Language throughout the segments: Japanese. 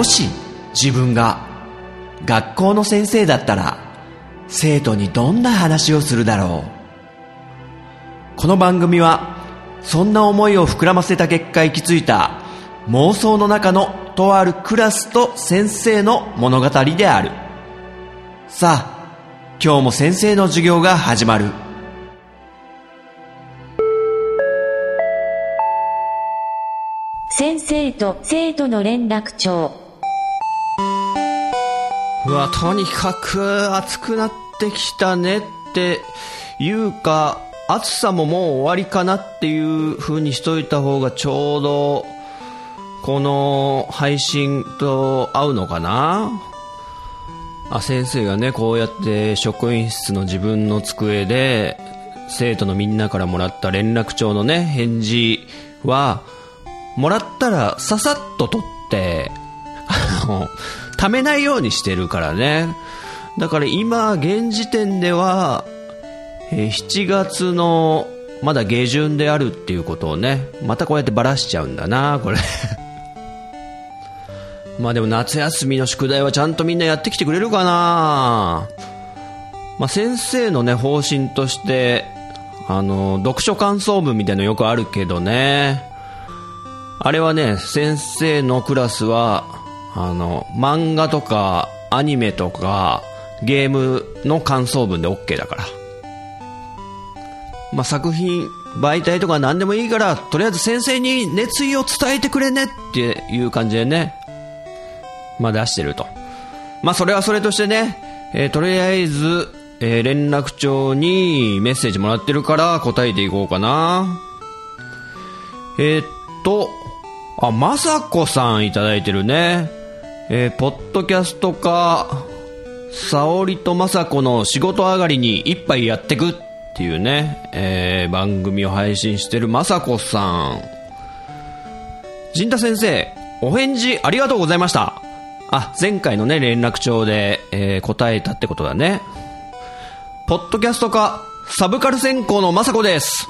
し自分が学校の先生だったら生徒にどんな話をするだろう。この番組はそんな思いを膨らませた結果行き着いた妄想の中のとあるクラスと先生の物語である。さあ、今日も先生の授業が始まる。 先生と生徒の連絡帳。 とにかく暑くなってきたねっていうか、暑さももう終わりかなっていう風にしといた方がちょうどこの配信と合うのかな。先生がね、こうやって職員室の自分の机で生徒のみんなからもらった連絡帳のね、返事はもらったらささっと取って貯めないようにしてるからね。だから今現時点では7月のまだ下旬であるっていうことをね、またこうやってバラしちゃうんだな、これでも夏休みの宿題はちゃんとみんなやってきてくれるかな。先生のね、方針として読書感想文みたいなのよくあるけどね、あれはね、先生のクラスは漫画とかアニメとかゲームの感想文で OK だから、作品媒体とか何でもいいから、とりあえず先生に熱意を伝えてくれねっていう感じでね、出してると。それはそれとしてね、とりあえず、連絡帳にメッセージもらってるから答えていこうかな。まさこさんいただいてるね。ポッドキャストか沙織とまさこの仕事上がりに一杯やってくっていうね、番組を配信してるまさこさん。陣太先生、お返事ありがとうございました。前回のね、連絡帳で、答えたってことだね。ポッドキャストかサブカル専攻のまさこです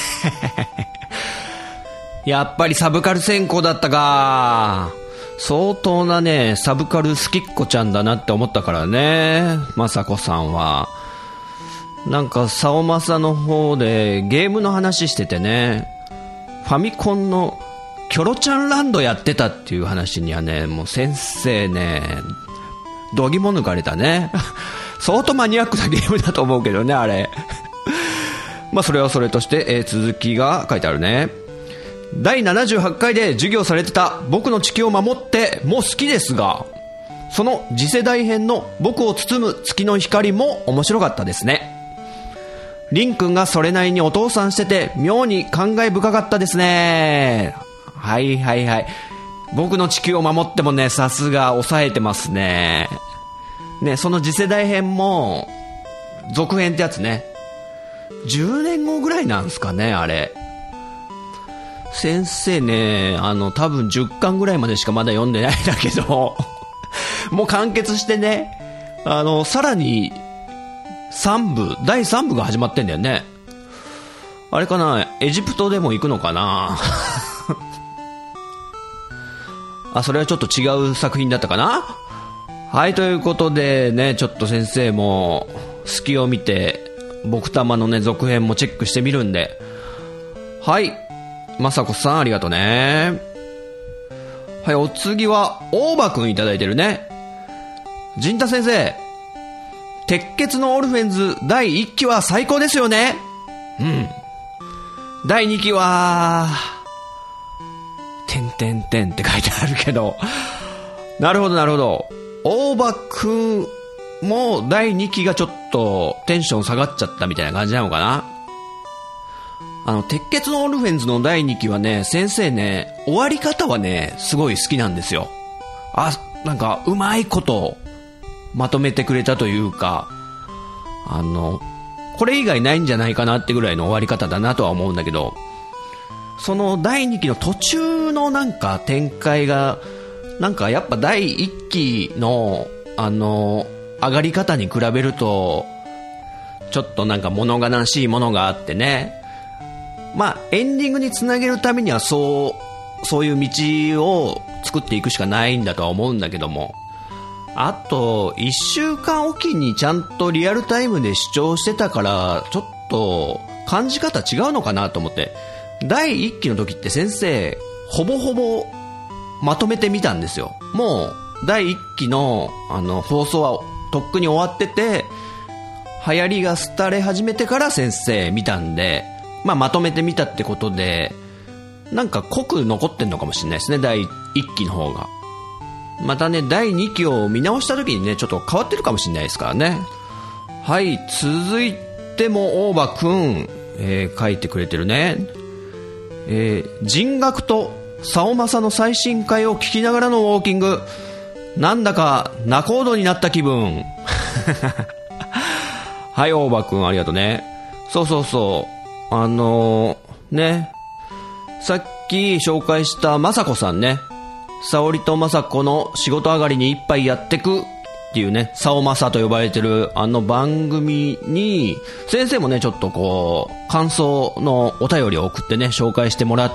やっぱりサブカル専攻だったか。相当なね、サブカル好きっ子ちゃんだなって思ったからね、まさこさんは。なんかさおまさの方でゲームの話しててね、ファミコンのキョロちゃんランドやってたっていう話にはね、もう先生ね、どぎも抜かれたね相当マニアックなゲームだと思うけどね、あれそれはそれとして、続きが書いてあるね。第78回で授業されてた僕の地球を守っても好きですが、その次世代編の僕を包む月の光も面白かったですね。リンくんがそれなりにお父さんしてて妙に感慨深かったですね。はいはいはい。僕の地球を守ってもね、さすが抑えてますね。その次世代編も続編ってやつね、10年後ぐらいなんすかね、あれ。先生ね、多分10巻ぐらいまでしかまだ読んでないんだけどもう完結してね、さらに第3部が始まってんだよね。あれかな、エジプトでも行くのかなそれはちょっと違う作品だったかな。はい、ということでね、ちょっと先生も隙を見て僕玉のね、続編もチェックしてみるんで。はい、まさこさんありがとうね。はい、お次は大場くんいただいてるね。陣太先生、鉄血のオルフェンズ第1期は最高ですよね。第2期はてんてんてんって書いてあるけどなるほどなるほど。大場くんも第2期がちょっとテンション下がっちゃったみたいな感じなのかな。鉄血のオルフェンズの第2期はね、先生ね、終わり方はね、すごい好きなんですよ。なんかうまいことまとめてくれたというか、これ以外ないんじゃないかなってぐらいの終わり方だなとは思うんだけど、その第2期の途中のなんか展開が、なんかやっぱ第1期の上がり方に比べるとちょっとなんか物悲しいものがあってね、エンディングにつなげるためにはそういう道を作作っていくしかないんだとは思うんだけども、あと1週間おきにちゃんとリアルタイムで視聴してたからちょっと感じ方違うのかなと思って、第1期の時って先生ほぼほぼまとめてみたんですよ。もう第1期の放送はとっくに終わってて、流行りが廃れ始めてから先生見たんで、まとめてみたってことでなんか濃く残ってんのかもしれないですね、第1期の方が。またね、第2期を見直した時にねちょっと変わってるかもしれないですからね。はい、続いても大場くん、書いてくれてるね。人学と竿正の最新回を聞きながらのウォーキング、なんだか仲人になった気分はい、大場くんありがとうね。そうね、さっき紹介したまさこさんね、沙織とまさこの仕事上がりに一杯やってくっていうね、さおまさと呼ばれてる番組に先生もねちょっとこう感想のお便りを送ってね紹介してもらって、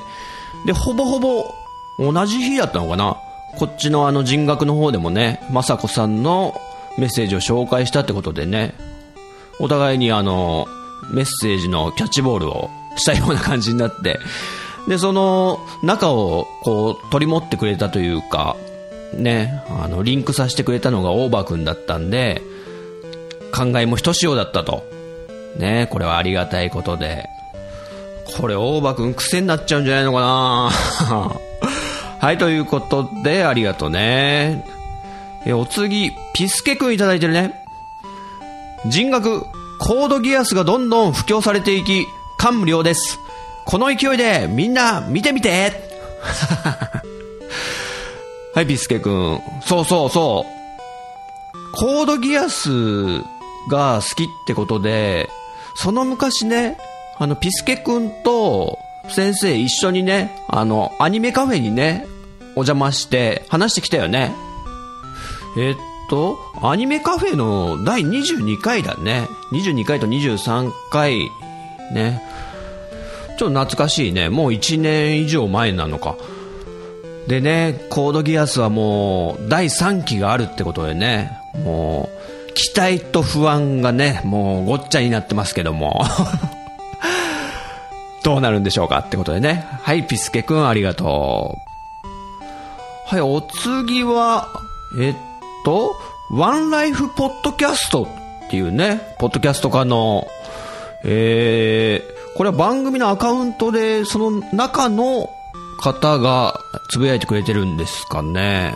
でほぼほぼ同じ日だったのかな、こっちの人学の方でもねまさこさんのメッセージを紹介したってことでね、お互いにメッセージのキャッチボールをしたような感じになって、でその中をこう取り持ってくれたというかね、リンクさせてくれたのが大場くんだったんで、考えもひとしおだったとね、これはありがたいことで、これ大場くん癖になっちゃうんじゃないのかなはい、ということでありがとうね。お次ピスケくんいただいてるね。人学コードギアスがどんどん布教されていき感無量です。この勢いでみんな見てみてはい、ピスケくん、そうコードギアスが好きってことで、その昔ねピスケくんと先生一緒にねアニメカフェにねお邪魔して話してきたよね。アニメカフェの第22回だね。22回と23回ね、ちょっと懐かしいね。もう1年以上前なのかでね、コードギアスはもう第3期があるってことでね、もう期待と不安がねもうごっちゃになってますけどもどうなるんでしょうかってことでね。はい、ピスケくんありがとう。はい、お次はワンライフポッドキャストっていうねポッドキャスト家のこれは番組のアカウントでその中の方がつぶやいてくれてるんですかね。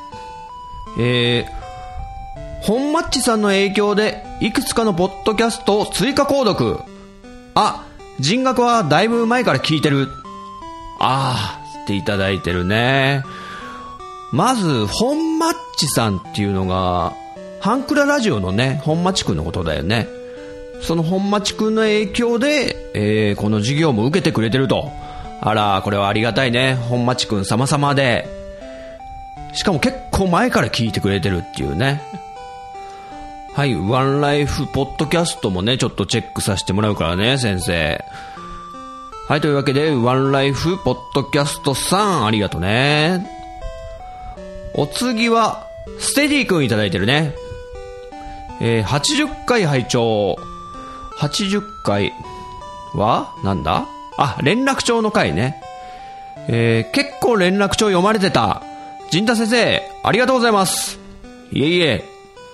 本マッチさんの影響でいくつかのポッドキャストを追加購読。人学はだいぶ前から聞いてる。っていただいてるね。まず本マッチさんっていうのがハンクララジオのね本マッチくんのことだよね。その本マッチくんの影響で、この授業も受けてくれてると。あら、これはありがたいね。本マッチくん様々で、しかも結構前から聞いてくれてるっていうね。はい、ワンライフポッドキャストもねちょっとチェックさせてもらうからね先生。はい、というわけでワンライフポッドキャストさんありがとうね。お次はステディ君いただいてるね。80回拝聴。80回はなんだ、連絡帳の回ね。結構連絡帳読まれてた。陣田先生ありがとうございます。いえいえ。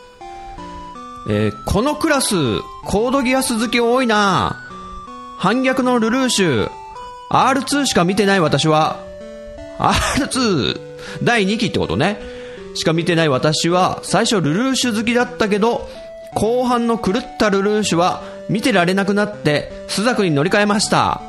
このクラスコードギアス好き多いな。反逆のルルーシュ R2 しか見てない私は R2 第2期ってことねしか見てない私は最初ルルーシュ好きだったけど後半の狂ったルルーシュは見てられなくなってスザクに乗り換えました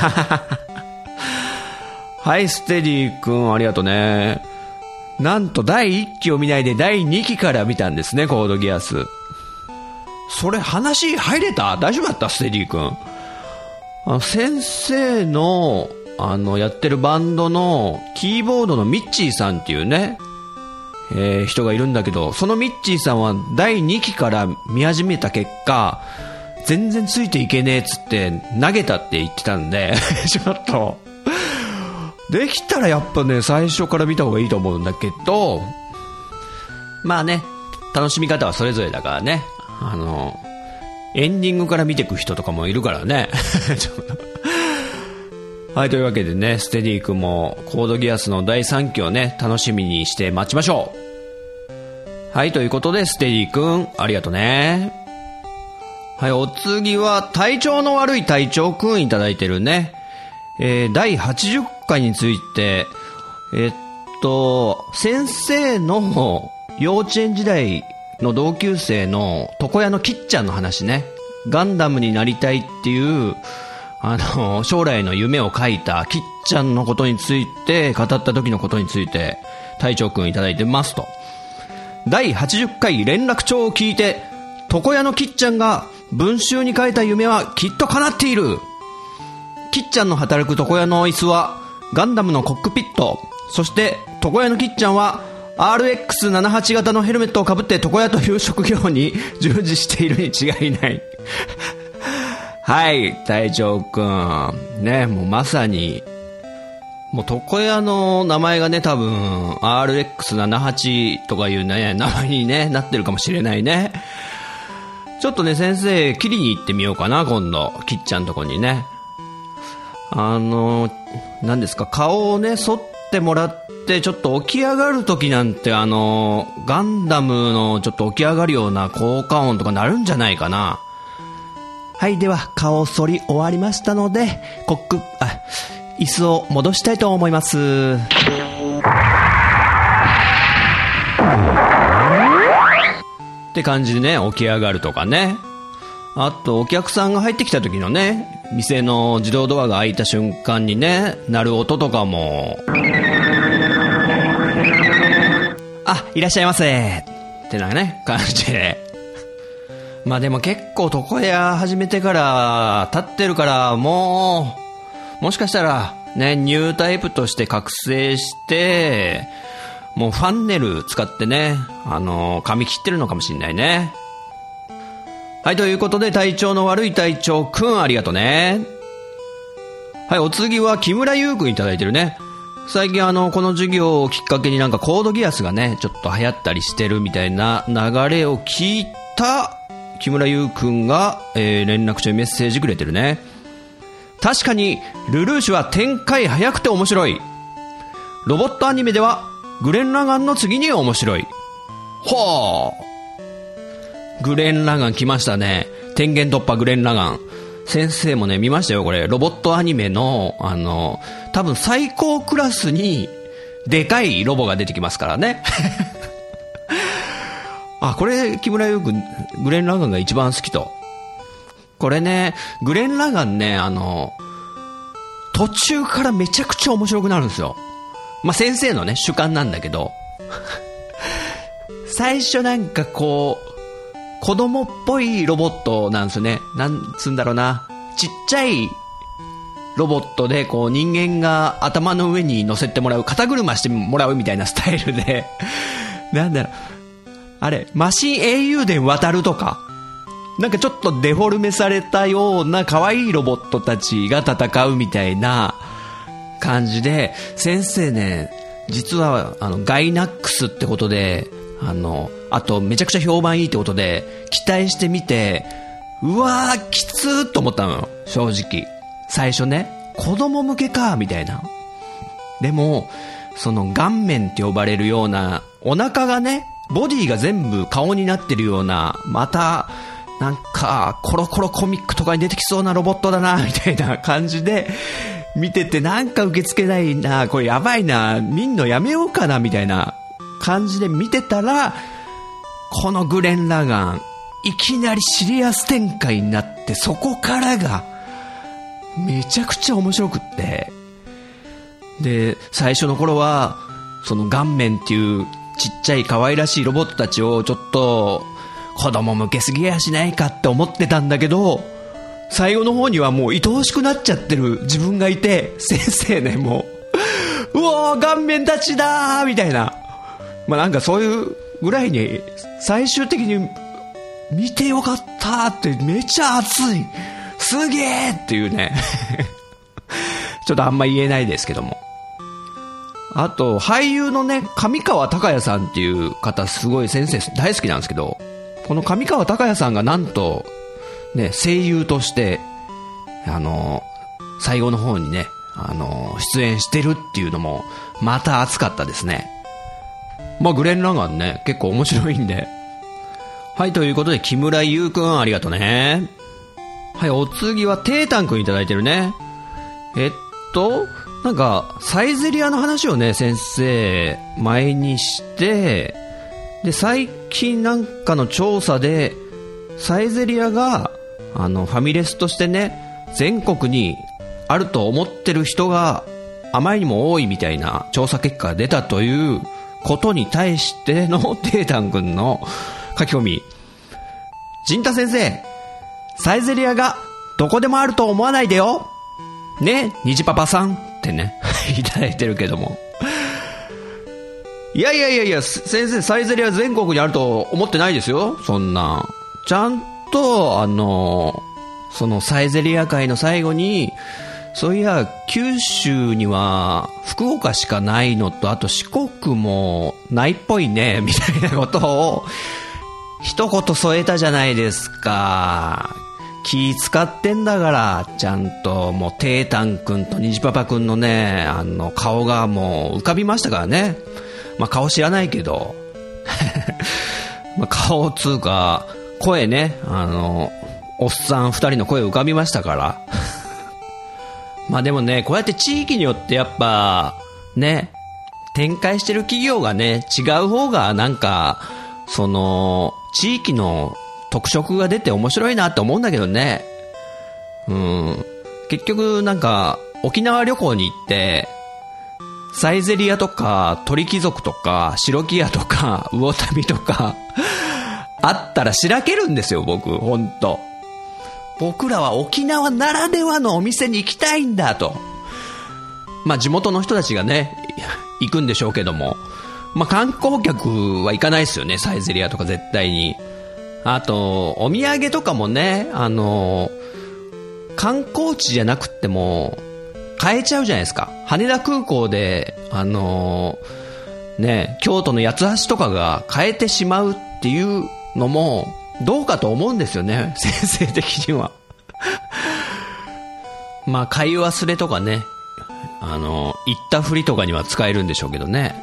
はい、ステディ君ありがとうね。なんと第1期を見ないで第2期から見たんですね、コードギアス。それ話入れた？大丈夫だった？ステディ君。先生のやってるバンドのキーボードのミッチーさんっていうね、人がいるんだけど、そのミッチーさんは第2期から見始めた結果全然ついていけねえっつって投げたって言ってたんでちょっとできたらやっぱね、最初から見た方がいいと思うんだけど、まあね、楽しみ方はそれぞれだからね。エンディングから見ていく人とかもいるからね。はい、というわけでね、ステディ君もコードギアスの第3期をね、楽しみにして待ちましょう。はい、ということでステディ君ありがとね。はい、お次は体調の悪い隊長君いただいてるね。第80回について、先生の幼稚園時代の同級生の床屋のきっちゃんの話ね。ガンダムになりたいっていう将来の夢を書いたきっちゃんのことについて語った時のことについて隊長くんいただいてますと。第80回連絡帳を聞いて床屋のきっちゃんが文集に書いた夢はきっと叶っている。きっちゃんの働く床屋の椅子はガンダムのコックピット、そして床屋のきっちゃんは RX78 型のヘルメットをかぶって床屋という職業に従事しているに違いないはい、隊長くんね、もうまさにもう床屋の名前がね、多分 RX78 とかいうね名前に、ね、なってるかもしれないね。ちょっとね、先生切りに行ってみようかな、今度きっちゃんとこにね。何ですか、顔をね剃ってもらってちょっと起き上がる時なんてガンダムのちょっと起き上がるような効果音とかなるんじゃないかな。はい、では顔剃り終わりましたので椅子を戻したいと思います。って感じでね、起き上がるとかね。あとお客さんが入ってきた時のね、店の自動ドアが開いた瞬間にね鳴る音とかも、いらっしゃいませってなね感じで。まあでも結構床屋始めてから経ってるから、もしかしたらね、ニュータイプとして覚醒してもうファンネル使ってね髪切ってるのかもしんないね。はい、ということで体調の悪い隊長くんありがとね。はい、お次は木村優くんいただいてるね。最近この授業をきっかけになんかコードギアスがねちょっと流行ったりしてるみたいな流れを聞いた木村優くんが、連絡帳にメッセージくれてるね。確かにルルーシュは展開早くて面白い。ロボットアニメではグレン・ラガンの次に面白い。ほー、グレン・ラガン来ましたね。天元突破グレン・ラガン。先生もね見ましたよこれ。ロボットアニメの多分最高クラスにでかいロボが出てきますからねこれ木村優くんグレン・ラガンが一番好きと。これね、グレン・ラガンね途中からめちゃくちゃ面白くなるんですよ。まあ先生のね主観なんだけど最初なんかこう子供っぽいロボットなんですよね。なんつうんだろうな、ちっちゃいロボットでこう人間が頭の上に乗せてもらう、肩車してもらうみたいなスタイルでなんだろう、あれマシン英雄伝渡るとか、なんかちょっとデフォルメされたような可愛いロボットたちが戦うみたいな感じで、先生ね実はガイナックスってことであとめちゃくちゃ評判いいってことで期待してみて、うわーきつーっと思ったのよ正直最初ね。子供向けかみたいな。でもその顔面って呼ばれるようなお腹がね、ボディが全部顔になってるような、またなんかコロコロコミックとかに出てきそうなロボットだなみたいな感じで見てて、なんか受け付けないな、これやばいな、見んのやめようかなみたいな感じで見てたら、このグレン・ラガンいきなりシリアス展開になって、そこからがめちゃくちゃ面白くって、で最初の頃はその顔面っていうちっちゃい可愛らしいロボットたちをちょっと子供向けすぎやしないかって思ってたんだけど、最後の方にはもう愛おしくなっちゃってる自分がいて、先生ねもうわー顔面たちだーみたいな、まあなんかそういうぐらいに最終的に見てよかったーって、めちゃ熱いすげーっていうねちょっとあんま言えないですけども、 あと、俳優のね、上川隆也さんっていう方、すごい先生大好きなんですけど、この上川隆也さんがなんと、ね、声優として、最後の方にね、出演してるっていうのも、また熱かったですね。まあ、グレン・ラガンね、結構面白いんで。はい、ということで、木村優くん、ありがとうね。はい、お次は、テータンくんいただいてるね。なんか、サイゼリアの話をね、先生、前にして、で、最近なんかの調査で、サイゼリアが、ファミレスとしてね、全国にあると思ってる人があまりにも多いみたいな調査結果が出たということに対してのテータン君の書き込み。陣太先生、サイゼリアがどこでもあると思わないでよね、虹パパさんってねいただいてるけども、いや先生、サイゼリア全国にあると思ってないですよ。そんなちゃんとそのサイゼリア会の最後に、そういや九州には福岡しかないのと、あと四国もないっぽいねみたいなことを一言添えたじゃないですか。気使ってんだから、ちゃんともうテータンくんと虹パパくんのね、顔がもう浮かびましたからね。まあ顔知らないけどまあ顔つうか声ね、おっさん二人の声浮かびましたからまあでもね、こうやって地域によってやっぱね、展開してる企業がね、違う方がなんかその地域の特色が出て面白いなって思うんだけどね。結局なんか沖縄旅行に行ってサイゼリアとか鳥貴族とか白木屋とか魚民とかあったらしらけるんですよ、僕。ほんと僕らは沖縄ならではのお店に行きたいんだと。まあ地元の人たちがね行くんでしょうけども、まあ観光客は行かないですよね、サイゼリアとか絶対に。あとお土産とかもね、観光地じゃなくっても買えちゃうじゃないですか。羽田空港でね、京都の八つ橋とかが買えてしまうっていうのもどうかと思うんですよね、先生的にはまあ買い忘れとかね、行ったふりとかには使えるんでしょうけどね。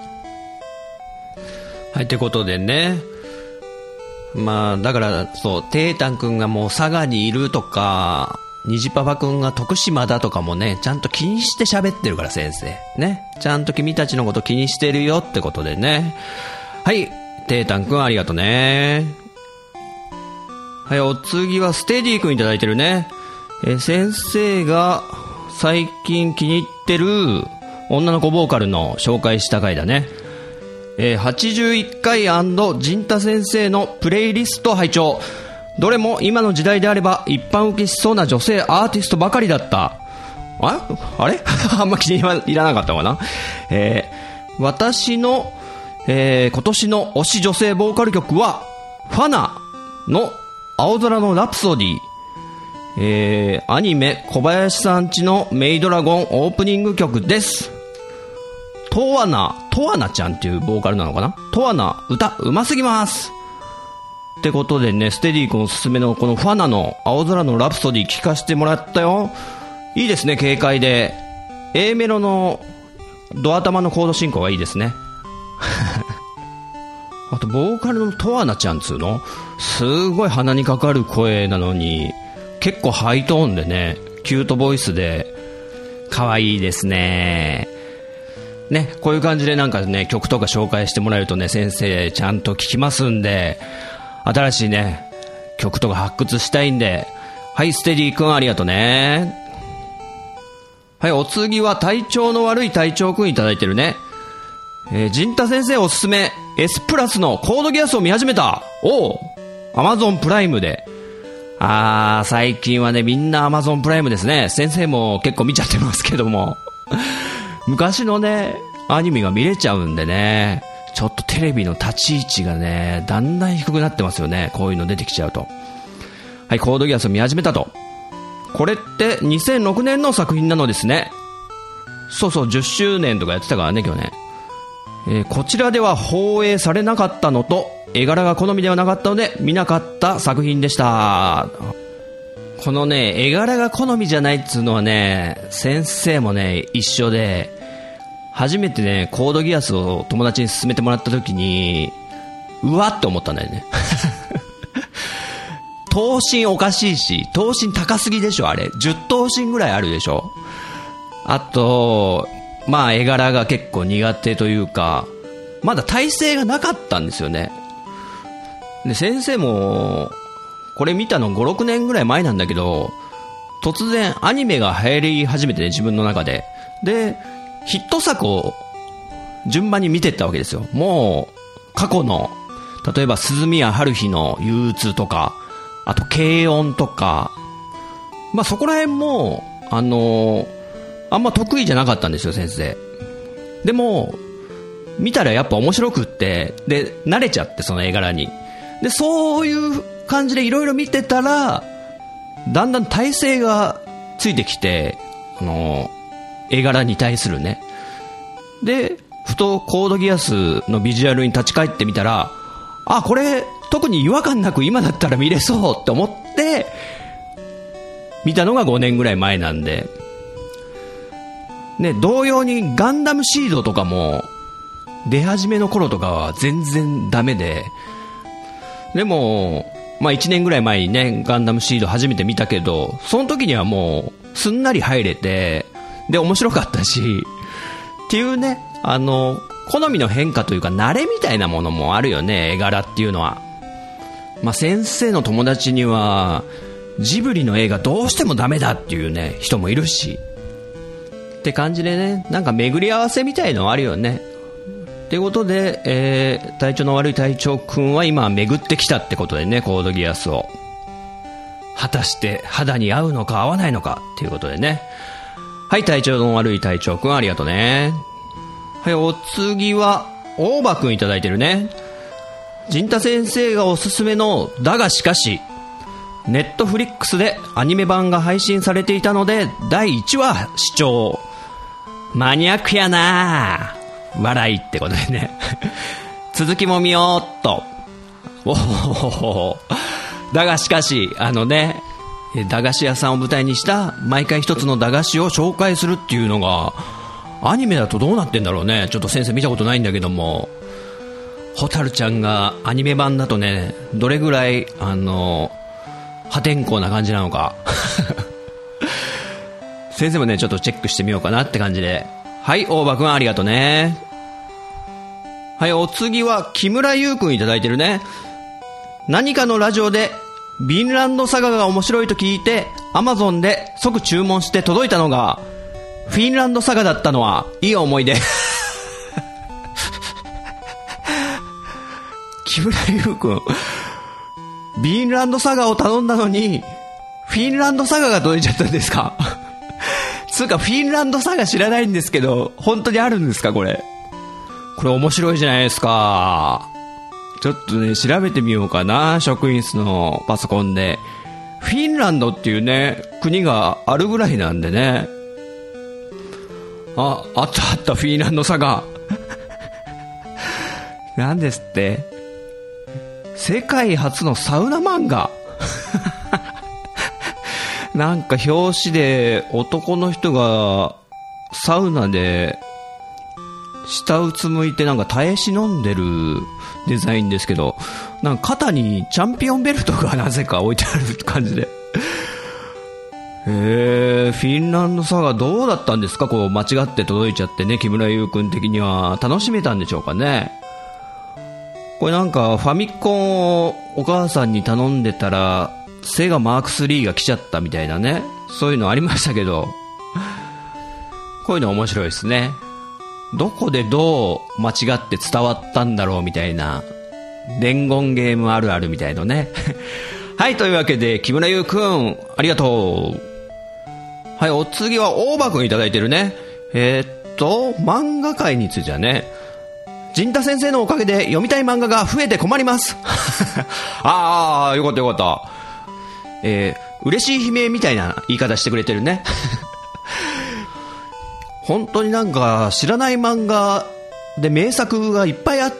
はい、ってことでね、まあだからそう、テータンくんがもう佐賀にいるとか、虹パパくんが徳島だとかもね、ちゃんと気にして喋ってるから、先生ね、ちゃんと君たちのこと気にしてるよってことでね。はい、テータンくんありがとね。はい、お次はステディくんいただいてるね。先生が最近気に入ってる女の子ボーカルの紹介した回だね。81回&陣太先生のプレイリスト拝聴。どれも今の時代であれば一般受けしそうな女性アーティストばかりだった。あれあんま気に入らなかったかな。私の、今年の推し女性ボーカル曲はファナの青空のラプソディ、アニメ小林さんちのメイドラゴンオープニング曲です。トワナちゃんっていうボーカルなのかな。トワナ歌うますぎますってことでね、ステディ君おすすめのこのファナの青空のラプソディ聴かせてもらったよ。いいですね、軽快で A メロのド頭のコード進行がいいですねあとボーカルのトワナちゃんつうの、すごい鼻にかかる声なのに結構ハイトーンでね、キュートボイスで可愛いですね。ね、こういう感じでなんかね、曲とか紹介してもらえるとね、先生ちゃんと聞きますんで、新しいね、曲とか発掘したいんで。はい、ステディくんありがとね。はい、お次は体調の悪い隊長くんいただいてるね。陣太先生おすすめ S プラスのコードギアスを見始めた。おう、Amazon プライムで。最近はね、みんな Amazon プライムですね。先生も結構見ちゃってますけども昔のね、アニメが見れちゃうんでね、ちょっとテレビの立ち位置がね、だんだん低くなってますよね、こういうの出てきちゃうと。はい、コードギアスを見始めたと。これって2006年の作品なのですね。そうそう、10周年とかやってたからね、今日ね。 こちらでは放映されなかったのと絵柄が好みではなかったので見なかった作品でした。このね、絵柄が好みじゃないっつうのはね、先生もね一緒で、初めてねコードギアスを友達に勧めてもらった時にうわって思ったんだよね頭身おかしいし、頭身高すぎでしょ、あれ10頭身ぐらいあるでしょ。あとまあ絵柄が結構苦手というか、まだ体勢がなかったんですよね。で先生もこれ見たの 5,6 年ぐらい前なんだけど、突然アニメが流行り始めてね、自分の中で。でヒット作を順番に見てったわけですよ。もう過去の例えば鈴宮春日の憂鬱とか、あと軽音とか、まあそこら辺もあんま得意じゃなかったんですよ、先生。でも見たらやっぱ面白くって、で慣れちゃって、その絵柄に。でそういう感じでいろいろ見てたら、だんだん体勢がついてきて、絵柄に対するね。でふとコードギアスのビジュアルに立ち返ってみたら、あ、これ特に違和感なく今だったら見れそうって思って見たのが5年ぐらい前なんでね。同様にガンダムシードとかも出始めの頃とかは全然ダメで、でもまあ1年ぐらい前にねガンダムシード初めて見たけど、その時にはもうすんなり入れて、で面白かったしっていうね、好みの変化というか慣れみたいなものもあるよね、絵柄っていうのは。まあ先生の友達にはジブリの映画どうしてもダメだっていうね人もいるしって感じでね、なんか巡り合わせみたいのあるよね。ということで、体調の悪い隊長くんは今巡ってきたってことでね、コードギアスを果たして肌に合うのか合わないのかっていうことでね。はい、体調の悪い隊長くんありがとうね。はい、お次は大場くんいただいてるね。陣太先生がおすすめのだがしかし、ネットフリックスでアニメ版が配信されていたので第1話視聴。マニアックやな笑いってことでね続きも見ようっと。おお、だがしかし駄菓子屋さんを舞台にした毎回一つの駄菓子を紹介するっていうのがアニメだとどうなってんだろうね。ちょっと先生見たことないんだけども、ホタルちゃんがアニメ版だとねどれぐらい破天荒な感じなのか先生もねちょっとチェックしてみようかなって感じで。はい、大場くんありがとうね。はい、お次は木村優くんいただいてるね。何かのラジオでヴィンランドサガが面白いと聞いて Amazon で即注文して届いたのがフィンランドサガだったのはいい思い出木村優くん、ヴィンランドサガを頼んだのにフィンランドサガが届いちゃったんですかつうかフィンランドサガ知らないんですけど、本当にあるんですかこれ。これ面白いじゃないですか。ちょっとね調べてみようかな、職員室のパソコンで。フィンランドっていうね国があるぐらいなんでね。あったフィンランドサガなんですって、世界初のサウナ漫画なんか表紙で男の人がサウナで下うつむいてなんか耐え忍んでるデザインですけど、なんか肩にチャンピオンベルトがなぜか置いてある感じでフィンランドサガどうだったんですか。こう間違って届いちゃってね、木村優くん的には楽しめたんでしょうかね。これなんかファミコンをお母さんに頼んでたらセガマーク3が来ちゃったみたいなね、そういうのありましたけど、こういうの面白いですね。どこでどう間違って伝わったんだろうみたいな伝言ゲームあるあるみたいのねはい、というわけで木村優くんありがとう。はい、お次は大場くんいただいてるね。漫画界についてはね、陣太先生のおかげで読みたい漫画が増えて困りますああ、よかったよかった。嬉しい悲鳴みたいな言い方してくれてるね本当になんか知らない漫画で名作がいっぱいあって、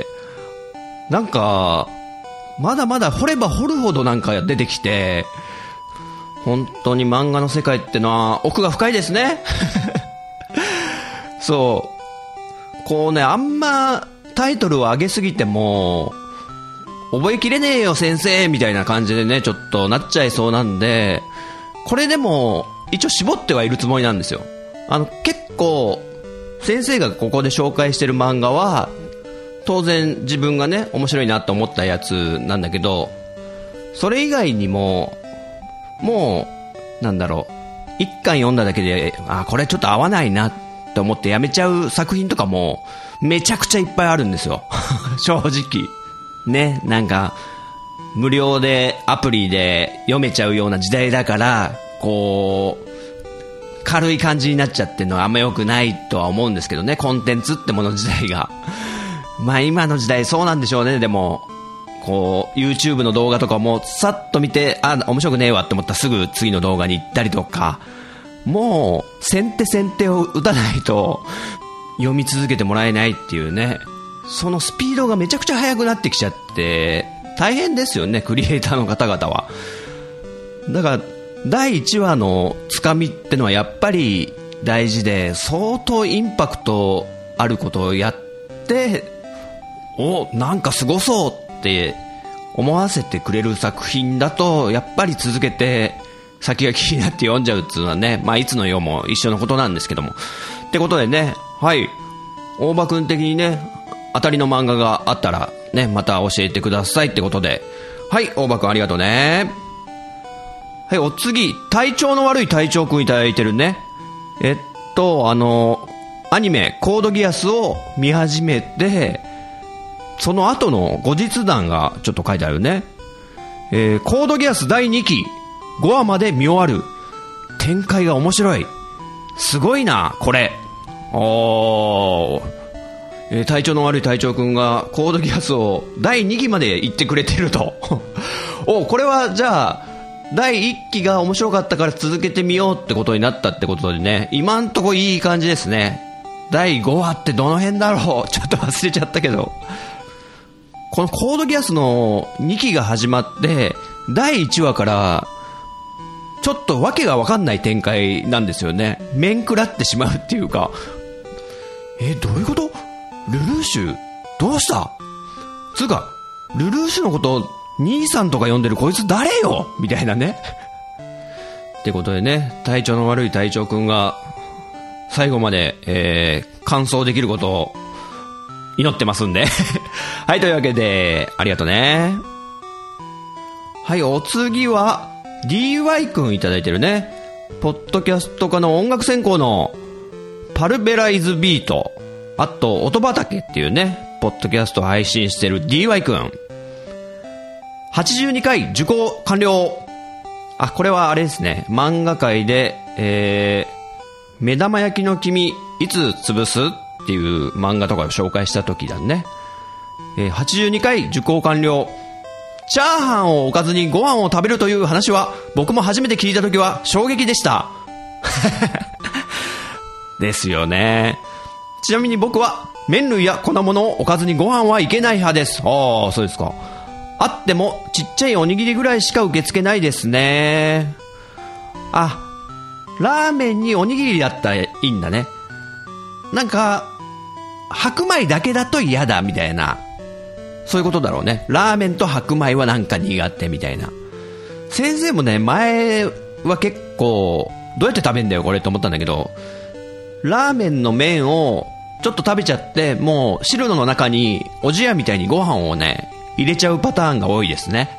なんかまだまだ掘れば掘るほどなんか出てきて、本当に漫画の世界ってのは奥が深いですねそうこうね、あんまタイトルを上げすぎても覚えきれねえよ先生みたいな感じでね、ちょっとなっちゃいそうなんで、これでも一応絞ってはいるつもりなんですよ。結構先生がここで紹介してる漫画は当然自分がね面白いなと思ったやつなんだけど、それ以外にももうなんだろう、一巻読んだだけでこれちょっと合わないなって思ってやめちゃう作品とかもめちゃくちゃいっぱいあるんですよ正直ね。なんか無料でアプリで読めちゃうような時代だから、こう軽い感じになっちゃってるのはあんま良くないとは思うんですけどね、コンテンツってもの自体がまあ今の時代そうなんでしょうね。でもこう YouTube の動画とかもさっと見て面白くねえわって思ったらすぐ次の動画に行ったりとか、もう先手を打たないと読み続けてもらえないっていうね、そのスピードがめちゃくちゃ速くなってきちゃって大変ですよね、クリエイターの方々は。だから第1話のつかみってのはやっぱり大事で、相当インパクトあることをやってなんかすごそうって思わせてくれる作品だと、やっぱり続けて先が気になって読んじゃうっていうのはね、まあいつの世も一緒のことなんですけども。ってことでね、はい、大場くん的にね当たりの漫画があったらね、また教えてくださいってことで、はい、大場くんありがとうね。はい、お次、体調の悪い隊長くんいただいてるね。アニメコードギアスを見始めて、その後の後日談がちょっと書いてあるね。コードギアス第2期5話まで見終わる。展開が面白い。すごいなこれ。体調の悪い隊長くんがコードギアスを第2期まで行ってくれてるとこれはじゃあ第1期が面白かったから続けてみようってことになったってことでね、今んとこいい感じですね。第5話ってどの辺だろう、ちょっと忘れちゃったけど、このコードギアスの2期が始まって第1話からちょっとわけが分かんない展開なんですよね。面食らってしまうっていうか、どういうこと、ルルーシュどうしたつうか、ルルーシュのこと兄さんとか呼んでるこいつ誰よみたいなねってことでね、体調の悪い隊長くんが最後まで、完走できることを祈ってますんではい、というわけでありがとうね。はい、お次は DY くんいただいてるね。ポッドキャスト科の音楽専攻のパルベライズビート、あと音畑っていうねポッドキャストを配信してる DY くん、82回受講完了。これはあれですね、漫画界で、目玉焼きの君いつ潰すっていう漫画とかを紹介した時だね。82回受講完了。チャーハンをおかずにご飯を食べるという話は僕も初めて聞いた時は衝撃でしたですよね。ちなみに僕は麺類や粉物をおかずにご飯はいけない派です。そうですか。あってもちっちゃいおにぎりぐらいしか受け付けないですね。ラーメンにおにぎりだったらいいんだね。なんか白米だけだと嫌だみたいな、そういうことだろうね。ラーメンと白米はなんか苦手みたいな。先生もね、前は結構どうやって食べんだよこれと思ったんだけど、ラーメンの麺をちょっと食べちゃって、もう汁の中におじやみたいにご飯をね入れちゃうパターンが多いですね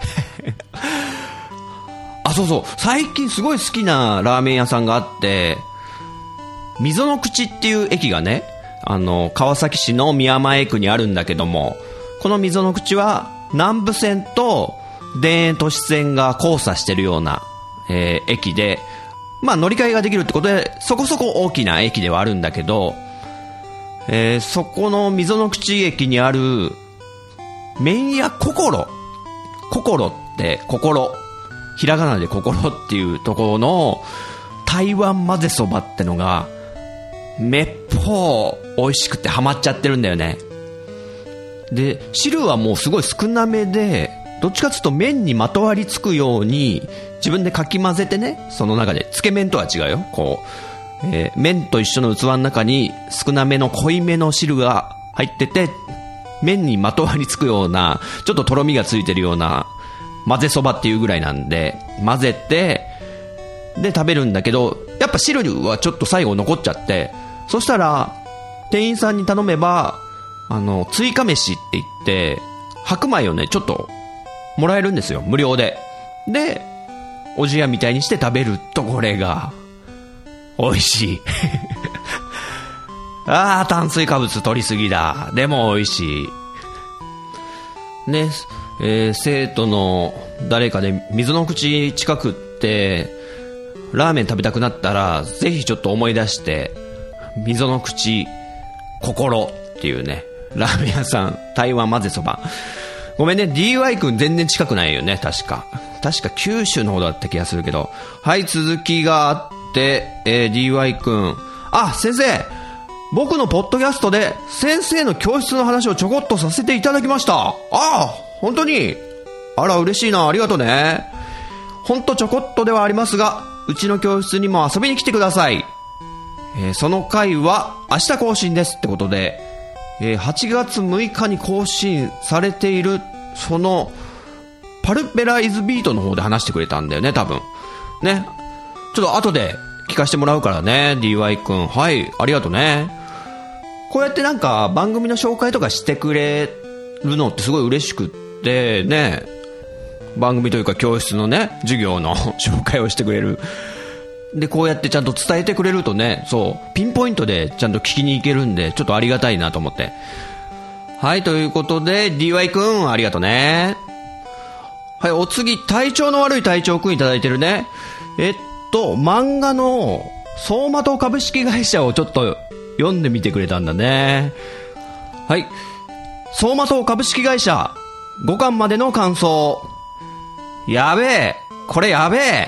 そうそう、最近すごい好きなラーメン屋さんがあって、溝の口っていう駅がね、川崎市の宮前区にあるんだけども、この溝の口は南武線と田園都市線が交差してるような、駅で、乗り換えができるってことでそこそこ大きな駅ではあるんだけど、そこの溝の口駅にある麺屋心って心、ひらがなで心っていうところの台湾混ぜそばってのがめっぽう美味しくてハマっちゃってるんだよね。で汁はもうすごい少なめで、どっちかというと麺にまとわりつくように自分でかき混ぜてね、その中でつけ麺とは違うよ、こう、麺と一緒の器の中に少なめの濃いめの汁が入ってて、麺にまとわりつくようなちょっととろみがついてるような混ぜそばっていうぐらいなんで、混ぜてで食べるんだけど、やっぱ汁はちょっと最後残っちゃって、そしたら店員さんに頼めば追加飯って言って白米をねちょっともらえるんですよ、無料で。でおじやみたいにして食べると、これが美味しい炭水化物取りすぎだ、でも美味しいね。生徒の誰かで溝の口近くってラーメン食べたくなったら、ぜひちょっと思い出して溝の口心っていうねラーメン屋さん、台湾混ぜそば。ごめんね DY 君全然近くないよね、確か九州の方だった気がするけど。はい、続きがあって、DY 君、先生、僕のポッドキャストで先生の教室の話をちょこっとさせていただきました。本当に、あら嬉しいな、ありがとうね。ほんとちょこっとではありますが、うちの教室にも遊びに来てください。その回は明日更新ですってことで、8月6日に更新されているそのパルペライズビートの方で話してくれたんだよね、多分ね。ちょっと後で聞かせてもらうからね DY 君。はい、ありがとうね。こうやってなんか番組の紹介とかしてくれるのってすごい嬉しくってね、番組というか教室のね授業の紹介をしてくれる。でこうやってちゃんと伝えてくれるとね、そうピンポイントでちゃんと聞きに行けるんで、ちょっとありがたいなと思って。はい、ということで DY 君ありがとうね。はい、お次、体調の悪い隊長君いただいてるね。漫画の走馬灯株式会社をちょっと読んでみてくれたんだね。はい、走馬灯株式会社5巻までの感想。やべえ、これやべえ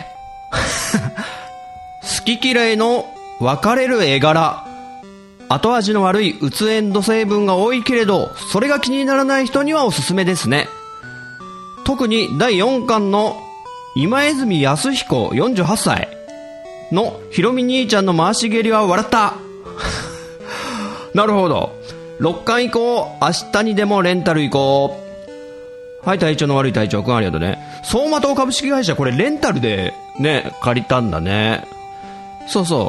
好き嫌いの分かれる絵柄、後味の悪いうつエンド成分が多いけれど、それが気にならない人にはおすすめですね。特に第4巻の今泉康彦48歳のひろみ兄ちゃんの回し蹴りは笑ったなるほど。6巻以降明日にでもレンタル行こう。はい、体調の悪い隊長くんありがとうね。走馬灯株式会社、これレンタルでね借りたんだね。そうそう、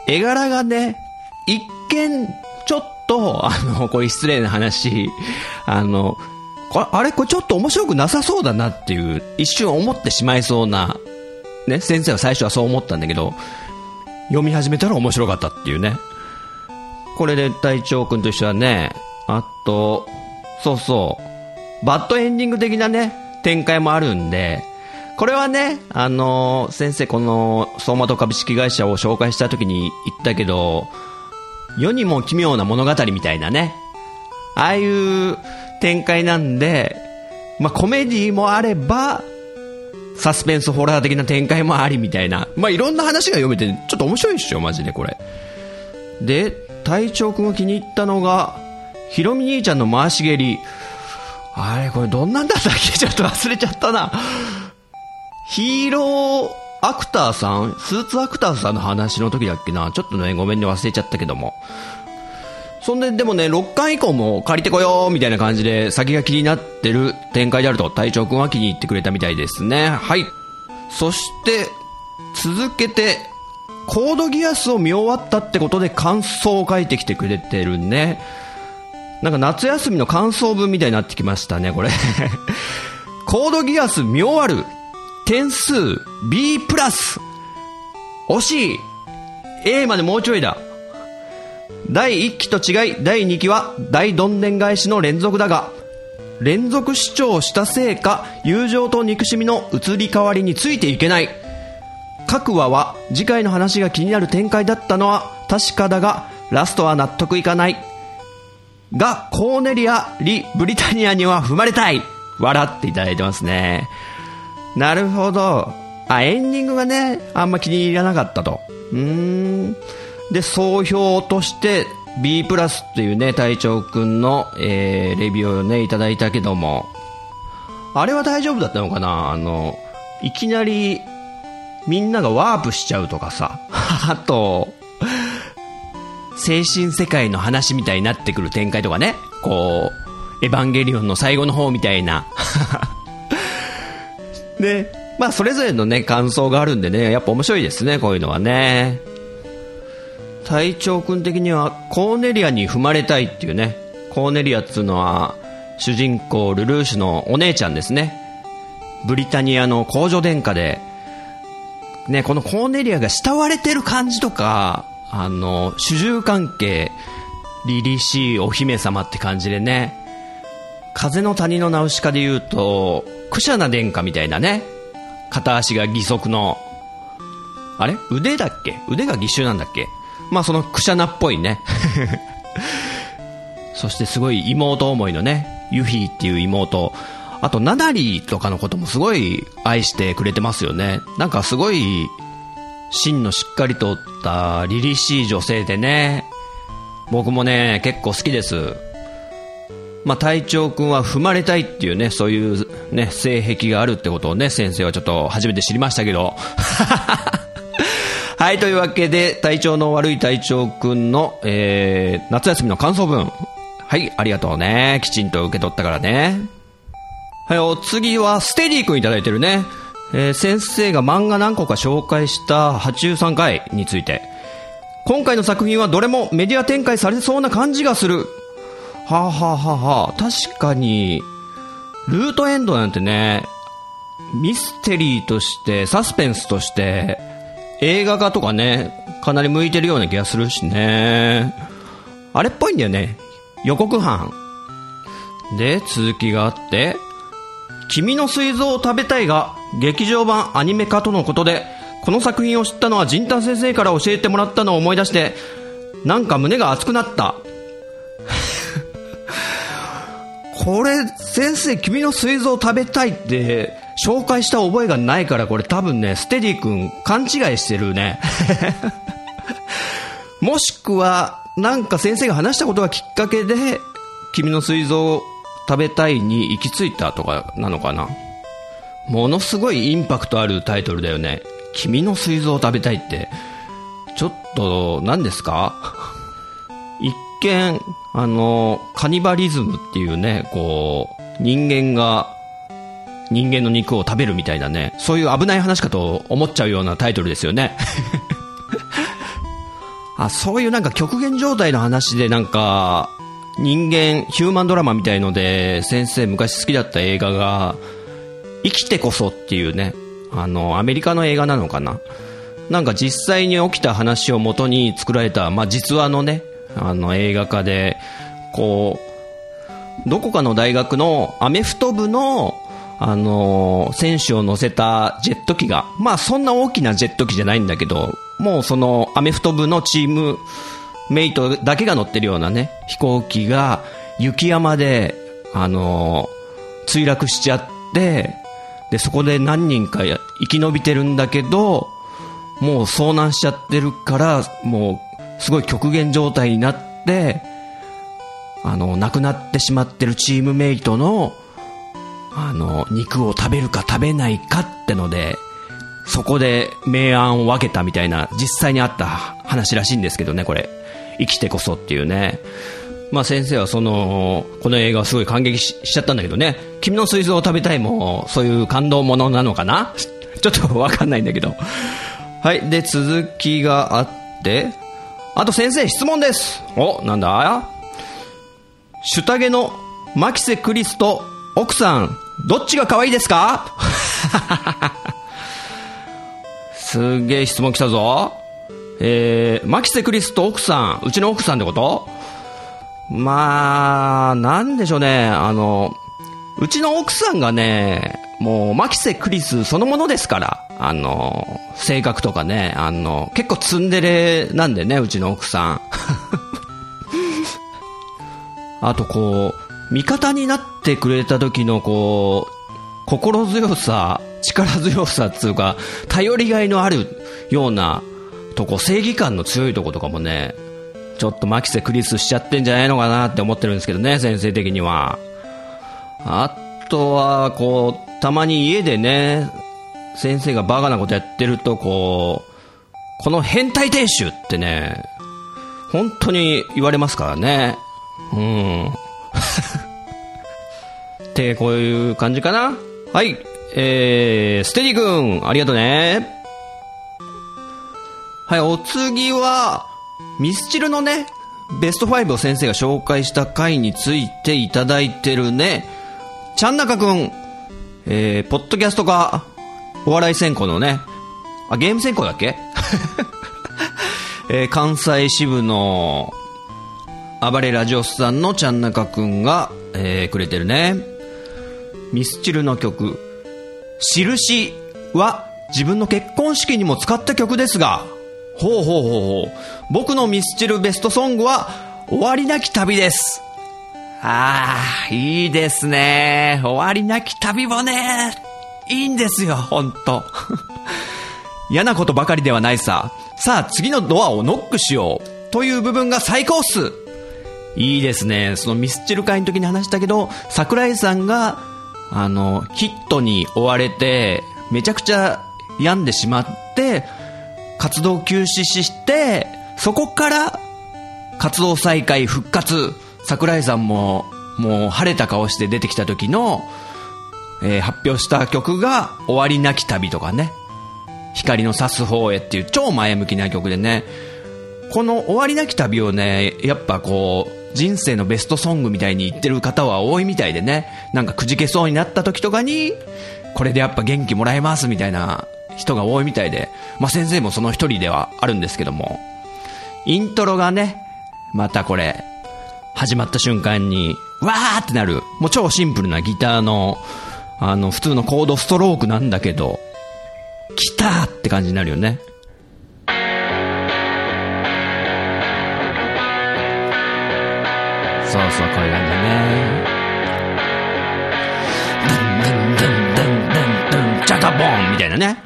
絵柄がね一見ちょっとこういう失礼な話、これちょっと面白くなさそうだなっていう一瞬思ってしまいそうなね、先生は最初はそう思ったんだけど、読み始めたら面白かったっていうね。これで隊長くんと一緒はね、あとそうバッドエンディング的なね展開もあるんで、これはね先生この走馬灯株式会社を紹介した時に言ったけど、世にも奇妙な物語みたいなね、ああいう展開なんで、コメディもあればサスペンスホラー的な展開もありみたいな、いろんな話が読めてちょっと面白いっしょマジでこれで。隊長くんが気に入ったのがひろみ兄ちゃんの回し蹴り。あれこれどんなんだったっけ、ちょっと忘れちゃったな。ヒーローアクターさん、スーツアクターさんの話の時だっけな、ちょっとねごめんね忘れちゃったけども。そんででもね6巻以降も借りてこようみたいな感じで先が気になってる展開であると隊長くんは気に入ってくれたみたいですね。はい、そして続けてコードギアスを見終わったってことで感想を書いてきてくれてるね。なんか夏休みの感想文みたいになってきましたねこれコードギアス見終わる、点数 B+、 惜しい、 A までもうちょいだ。第1期と違い第2期は大どんでん返しの連続だが、連続視聴したせいか友情と憎しみの移り変わりについていけない。各話は次回の話が気になる展開だったのは確かだが、ラストは納得いかないが、コーネリア・リ・ブリタニアには踏まれたい、笑っていただいてますね。なるほど、エンディングがねあんま気に入らなかったと。 で、総評として B プラスっていうね、隊長くんの、レビューをね、いただいたけども、あれは大丈夫だったのかな。いきなりみんながワープしちゃうとかさあと精神世界の話みたいになってくる展開とかね、こうエヴァンゲリオンの最後の方みたいなで、まあそれぞれのね感想があるんでね、やっぱ面白いですね、こういうのはね。隊長くん的にはコーネリアに踏まれたいっていうね、コーネリアっつうのは主人公ルルーシュのお姉ちゃんですね。ブリタニアの公女殿下でね、このコーネリアが慕われてる感じとか、主従関係凛々しいお姫様って感じでね、風の谷のナウシカで言うとクシャナ殿下みたいなね、片足が義足のあれ腕だっけ、腕が義手なんだっけ、まあそのクシャナっぽいねそしてすごい妹思いのねユフィっていう妹、あとナナリーとかのこともすごい愛してくれてますよね。なんかすごい芯のしっかりとった凛々しい女性でね、僕もね結構好きです。まあ隊長くんは踏まれたいっていうね、そういうね性癖があるってことをね先生はちょっと初めて知りましたけどはい、というわけで体調の悪い隊長くんの、夏休みの感想文、はい、ありがとうね、きちんと受け取ったからね。はい、お次はステディ君いただいてるね、先生が漫画何個か紹介した83回について、今回の作品はどれもメディア展開されそうな感じがする。はあ、はあははあ、確かにルートエンドなんてね、ミステリーとしてサスペンスとして映画化とかねかなり向いてるような気がするしね、あれっぽいんだよね、予告版で。続きがあって、君の膵臓を食べたいが劇場版アニメ化とのことで、この作品を知ったのはジンタン先生から教えてもらったのを思い出して、なんか胸が熱くなったこれ先生、君の膵臓を食べたいって紹介した覚えがないから、これ多分ねステディ君勘違いしてるねもしくはなんか先生が話したことがきっかけで君の膵臓を食べたいに行き着いたとかなのかな。ものすごいインパクトあるタイトルだよね、君の膵臓を食べたいって。ちょっと何ですか一見カニバリズムっていうね、こう人間が人間の肉を食べるみたいなね、そういう危ない話かと思っちゃうようなタイトルですよねあ、そういうなんか極限状態の話で、なんか人間ヒューマンドラマみたいので先生昔好きだった映画が生きてこそっていうね、アメリカの映画なのかな、なんか実際に起きた話を元に作られた、まあ、実話のね映画化で、こうどこかの大学のアメフト部の選手を乗せたジェット機が、まあそんな大きなジェット機じゃないんだけど、もうそのアメフト部のチームメイトだけが乗ってるようなね飛行機が雪山で墜落しちゃって、でそこで何人か生き延びてるんだけど、もう遭難しちゃってるから、もうすごい極限状態になって、亡くなってしまってるチームメイトの肉を食べるか食べないかってので、そこで明暗を分けたみたいな実際にあった話らしいんですけどね、これ生きてこそっていうね。まあ先生はこの映画をすごい感激 しちゃったんだけどね、君の膵臓を食べたいもそういう感動ものなのかなちょっと分かんないんだけど。はい、で続きがあって、あと先生質問です。お、なんだ、シュタゲのマキセ・クリスと奥さんどっちが可愛いですかすげえ質問来たぞ。マキセ・クリスと奥さん、うちの奥さんってこと？まあなんでしょうね、うちの奥さんがね、もうマキセ・クリスそのものですから、性格とかね、結構ツンデレなんでね、うちの奥さんあとこう味方になってくれた時のこう心強さ、力強さっていうか頼りがいのあるようなとこう正義感の強いとことかもね、ちょっと牧瀬クリスしちゃってんじゃないのかなって思ってるんですけどね、先生的には。あとはこうたまに家でね、先生がバカなことやってるとこの変態亭主ってね、本当に言われますからね。ってこういう感じかな。はい、ステディ君ありがとうね。はい、お次はミスチルのねベスト5を先生が紹介した回についていただいてるね、ちゃんなかくん、ポッドキャストかお笑い専攻のね、ゲーム専攻だっけ関西支部の暴れラジオスさんのちゃんなかくんが、くれてるね。ミスチルの曲印は自分の結婚式にも使った曲ですが、僕のミスチルベストソングは終わりなき旅です。いいですね。終わりなき旅もね、いいんですよ、ほんと。嫌なことばかりではないさ。さあ次のドアをノックしようという部分が最高っす。いいですね。そのミスチル会の時に話したけど、桜井さんがヒットに追われてめちゃくちゃ病んでしまって活動休止して、そこから活動再開復活、桜井さんももう晴れた顔して出てきた時の、発表した曲が終わりなき旅とかね、光の差す方へっていう超前向きな曲でね、この終わりなき旅をね、やっぱこう人生のベストソングみたいに言ってる方は多いみたいでね、なんかくじけそうになった時とかにこれでやっぱ元気もらえますみたいな人が多いみたいで、先生もその一人ではあるんですけども、イントロがね、またこれ始まった瞬間にわーってなる、もう超シンプルなギターの普通のコードストロークなんだけど、来たーって感じになるよね。そうこういう感じだね。チャタボンみたいなね。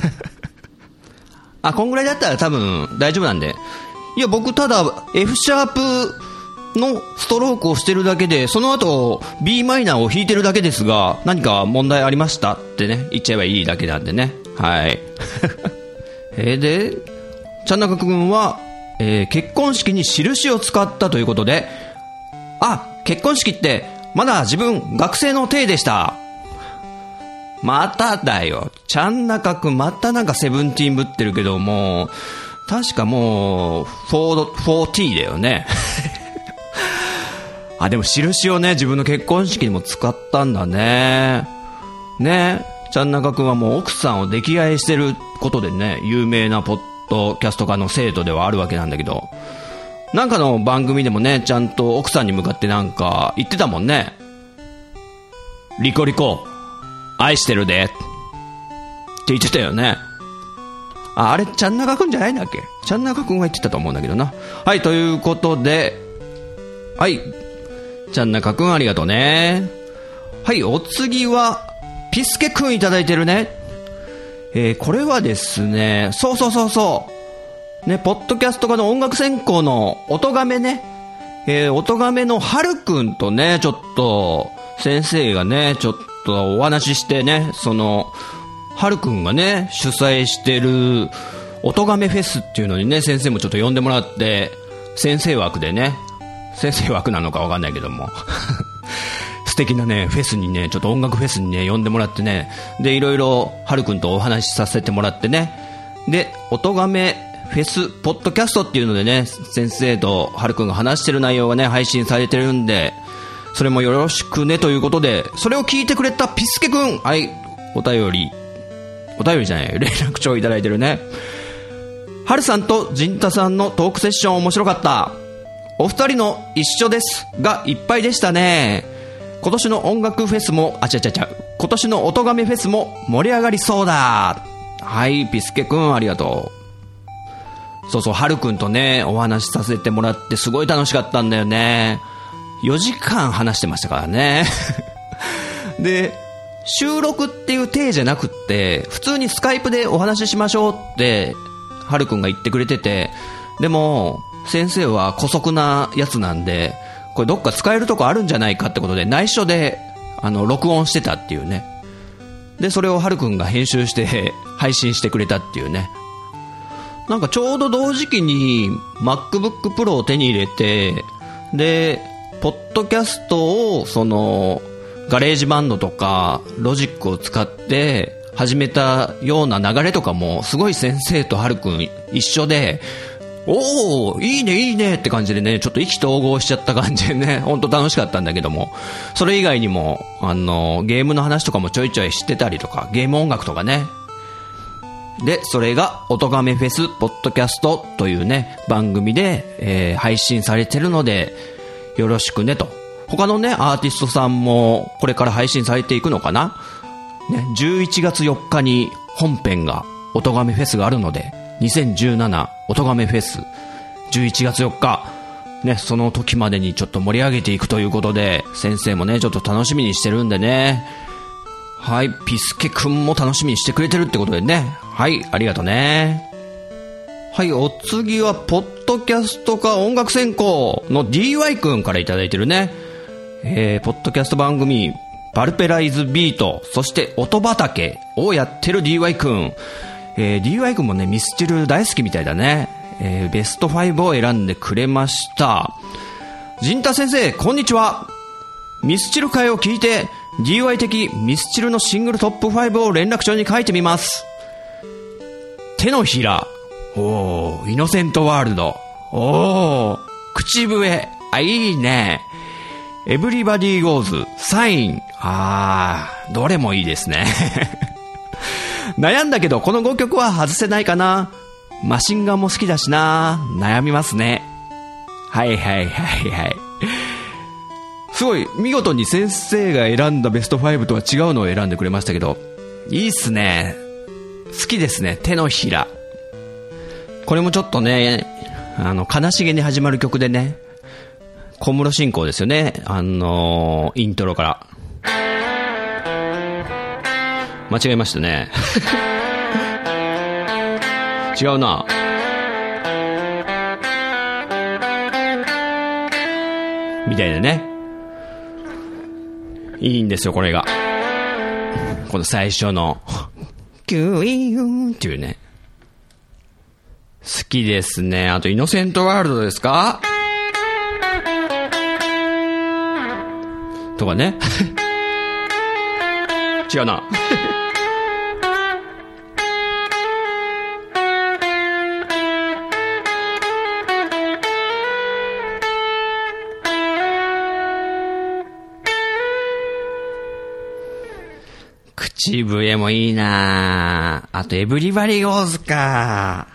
こんぐらいだったら多分大丈夫なんで。いや僕ただ F シャープのストロークをしてるだけで、その後 B マイナーを弾いてるだけですが、何か問題ありましたってね言っちゃえばいいだけなんでね。はい。でちゃんなかくんは、結婚式に印を使ったということで、結婚式ってまだ自分学生の体でした。まただよ、ちゃんなかくんまたなんかセブンティーンぶってるけど、もう確かもう 4T だよね。でも印をね自分の結婚式にも使ったんだね。ちゃんなかくんはもう奥さんを溺愛してることでね有名なポッドキャスト科の生徒ではあるわけなんだけど、なんかの番組でもねちゃんと奥さんに向かってなんか言ってたもんね。リコリコ愛してるでって言ってたよね。あれちゃんなかくんじゃないんだっけ。ちゃんなかくんが言ってたと思うんだけどな。はい、ということで、はいちゃんなかくんありがとうね。はい、お次はピスケくんいただいてるね。これはですね、そうね、ポッドキャスト科の音楽専攻の音亀ね、音亀のはるくんとねちょっと先生がねちょっとお話ししてね、そのはるくんがね主催してる音亀フェスっていうのにね先生もちょっと呼んでもらって、先生枠でね、先生枠なのかわかんないけども素敵なねフェスにね、ちょっと音楽フェスにね呼んでもらってね、でいろいろはるくんとお話しさせてもらってね、で音亀フェスポッドキャストっていうのでね先生とはるくんが話してる内容がね配信されてるんで、それもよろしくねということで、それを聞いてくれたピスケくん、はい、お便りじゃない連絡帳いただいてるね。はるさんとじんたさんのトークセッション面白かった。お二人の一緒ですがいっぱいでしたね。今年の音楽フェスも今年の音亀フェスも盛り上がりそうだ。はい、ピスケくんありがとう。はるくんとねお話しさせてもらってすごい楽しかったんだよね。4時間話してましたからね。で収録っていう体じゃなくって普通にスカイプでお話ししましょうってはるくんが言ってくれてて、でも先生は姑息なやつなんで、これどっか使えるとこあるんじゃないかってことで内緒で録音してたっていうね。でそれをはるくんが編集して配信してくれたっていうね。なんかちょうど同時期に MacBook Pro を手に入れて、でポッドキャストをそのガレージバンドとかロジックを使って始めたような流れとかもすごい先生とはるくん一緒で、おーいいねいいねって感じでね、ちょっと意気投合しちゃった感じでね、ほんと楽しかったんだけども、それ以外にもゲームの話とかもちょいちょいしてたりとか、ゲーム音楽とかね。でそれが音亀フェスポッドキャストというね番組で、配信されてるのでよろしくねと。他のねアーティストさんもこれから配信されていくのかな、ね、11月4日に本編が音亀フェスがあるので、2017音亀フェス11月4日ね、その時までにちょっと盛り上げていくということで、先生もねちょっと楽しみにしてるんでね。はい、ピスケくんも楽しみにしてくれてるってことでね、はい、ありがとうね。はい、お次はポッドキャストか音楽専攻の DY くんからいただいてるね。ポッドキャスト番組バルペライズビート、そして音畑をやってる DY くん。DY くんもねミスチル大好きみたいだね。ベスト5を選んでくれました。陣太先生こんにちは。ミスチル会を聞いて DY 的ミスチルのシングルトップ5を連絡帳に書いてみます。手のひら、おーイノセントワールド、おー口笛、あいいね。エブリバディゴーズ、サイン、どれもいいですね悩んだけどこの5曲は外せないかな。マシンガンも好きだしな。悩みますね。はいはいはいはい。すごい見事に先生が選んだベスト5とは違うのを選んでくれましたけど、いいっすね。好きですね。手のひら、これもちょっとね悲しげに始まる曲でね、小室進行ですよね。イントロから間違えましたね違うな。みたいなね。いいんですよこれが。この最初のキュイーンっていうね、好きですね。あとイノセントワールドですかとかね違うな口笛もいいな。あとエブリバリーゴーズか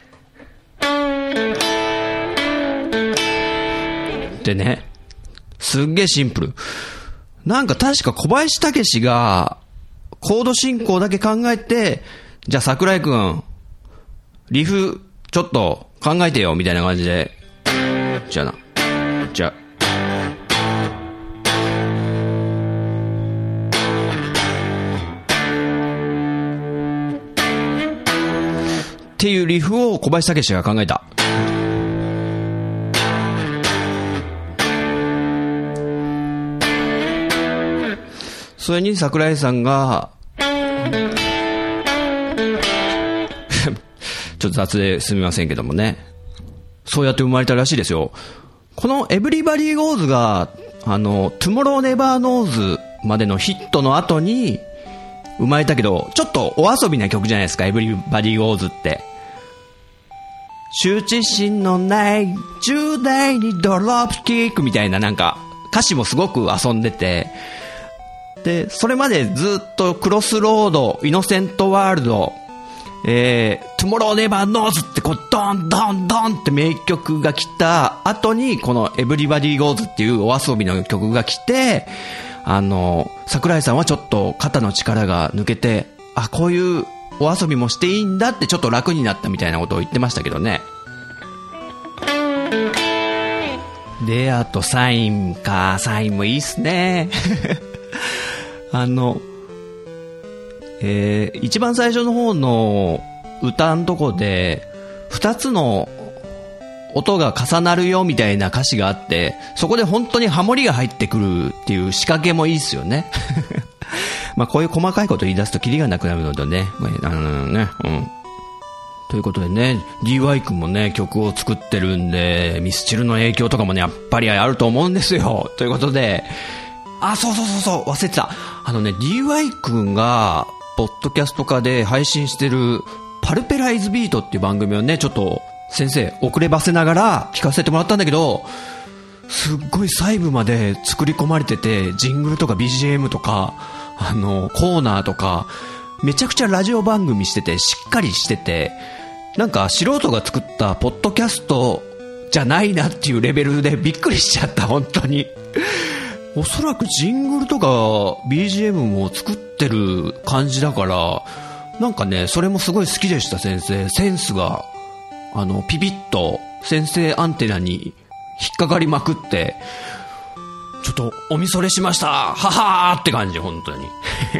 でね、すっげーシンプル。なんか確か小林武史がコード進行だけ考えて、じゃあ桜井くんリフちょっと考えてよみたいな感じで、じゃあな、じゃあっていうリフを小林武史が考えた。それに桜井さんがちょっと雑ですみませんけどもね、そうやって生まれたらしいですよ。このエブリバディゴーズがトゥモローネバーノーズまでのヒットの後に生まれたけど、ちょっとお遊びな曲じゃないですか、エブリバディゴーズって。羞恥心のない10代にドロップキックみたいな、なんか歌詞もすごく遊んでて、でそれまでずっとクロスロード、イノセントワールド、トゥモローネバーノーズってこうドンドンドンって名曲が来た後に、このエブリバディゴーズっていうお遊びの曲が来て、桜井さんはちょっと肩の力が抜けて、あ、こういうお遊びもしていいんだってちょっと楽になったみたいなことを言ってましたけどね。であとサインか、サインもいいっすね一番最初の方の歌のとこで 2つの音が重なるよみたいな歌詞があって、そこで本当にハモリが入ってくるっていう仕掛けもいいですよね。まあこういう細かいこと言い出すとキリがなくなるのでね、ということでね、DY 君もね、曲を作ってるんで、ミスチルの影響とかもね、やっぱりあると思うんですよ。ということで、そう、忘れてた。DY 君が、ポッドキャスト化で配信してる、パルペライズビートっていう番組をね、ちょっと、先生、遅ればせながら聞かせてもらったんだけど、すっごい細部まで作り込まれてて、ジングルとか BGM とか、コーナーとか、めちゃくちゃラジオ番組してて、しっかりしてて、なんか素人が作ったポッドキャストじゃないなっていうレベルでびっくりしちゃった、本当に。おそらくジングルとか BGM も作ってる感じだから、なんかね、それもすごい好きでした、先生。センスが、ピピッと先生アンテナに引っかかりまくって、ちょっとおみそれしました、ははーって感じ、本当に。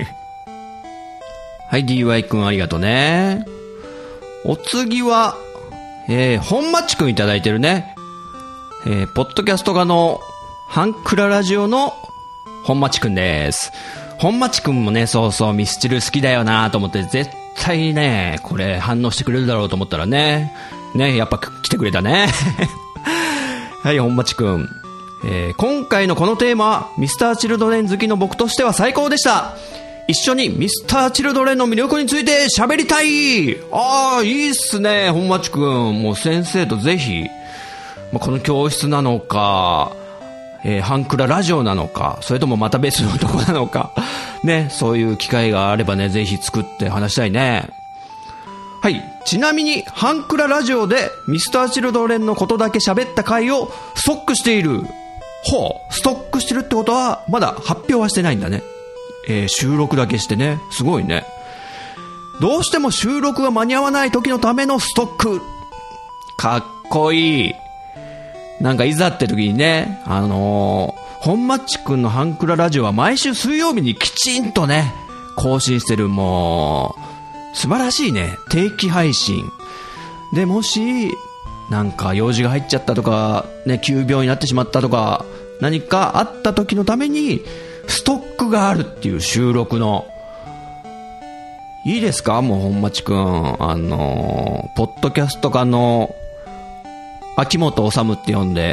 はい、DY 君ありがとうね。お次は、本町くんいただいてるね。ポッドキャスト化のハンクララジオの本町くんです。本町くんもね、そうミスチル好きだよなと思って、絶対ね、これ反応してくれるだろうと思ったらね、やっぱ来てくれたね。はい、本町くん。今回のこのテーマは、ミスターチルドレン好きの僕としては最高でした。一緒にミスターチルドレンの魅力について喋りたい。いいっすね、本町くん。もう先生とぜひ、この教室なのか、ハンクララジオなのか、それともまた別のとこなのか、ね、そういう機会があればね、ぜひ作って話したいね。はい、ちなみにハンクララジオでミスターチルドレンのことだけ喋った回をストックしている。ストックしてるってことはまだ発表はしてないんだね。収録だけしてね、すごいね。どうしても収録が間に合わない時のためのストック。かっこいい。なんかいざって時にね、本町くんのハンクララジオは毎週水曜日にきちんとね、更新してる。もう素晴らしいね、定期配信で。もしなんか用事が入っちゃったとかね、急病になってしまったとか何かあった時のためにストックがあるっていう収録の。いいですか、もう本町くん、ポッドキャスト化の秋元治って呼んで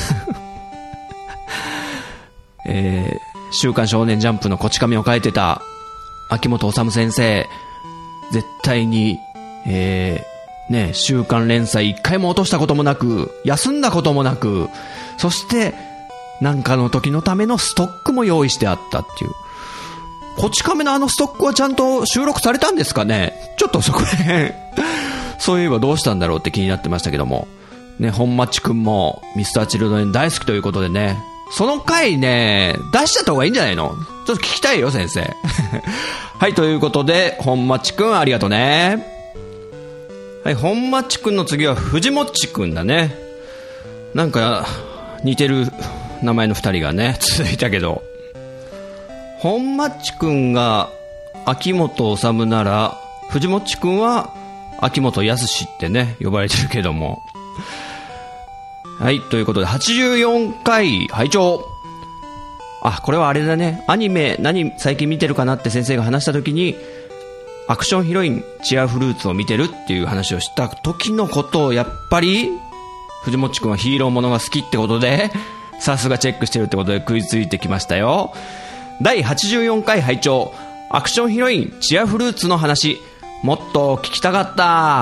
週刊少年ジャンプのこち亀を書いてた秋元治先生、絶対に週刊連載一回も落としたこともなく、休んだこともなく、そしてなんかの時のためのストックも用意してあったっていう。こち亀のストックはちゃんと収録されたんですかね。ちょっとそこでそういえばどうしたんだろうって気になってましたけどもね。本町くんもミスターチルドレン大好きということでね、その回ね出しちゃった方がいいんじゃないの。ちょっと聞きたいよ先生はい、ということで本町くんありがとうね。はい、本町くんの次は藤もっちくんだね。なんか似てる名前の2人がね続いたけど、本町くんが秋元治なら藤もっちくんは秋元康ってね呼ばれてるけども、はい、ということで84回拝聴。これはあれだね、アニメ何最近見てるかなって先生が話した時にアクションヒロインチアフルーツを見てるっていう話をした時のことを、やっぱり藤もっちくんはヒーローものが好きってことで、さすがチェックしてるってことで食いついてきましたよ。第84回拝聴。アクションヒロインチアフルーツの話、もっと聞きたかった。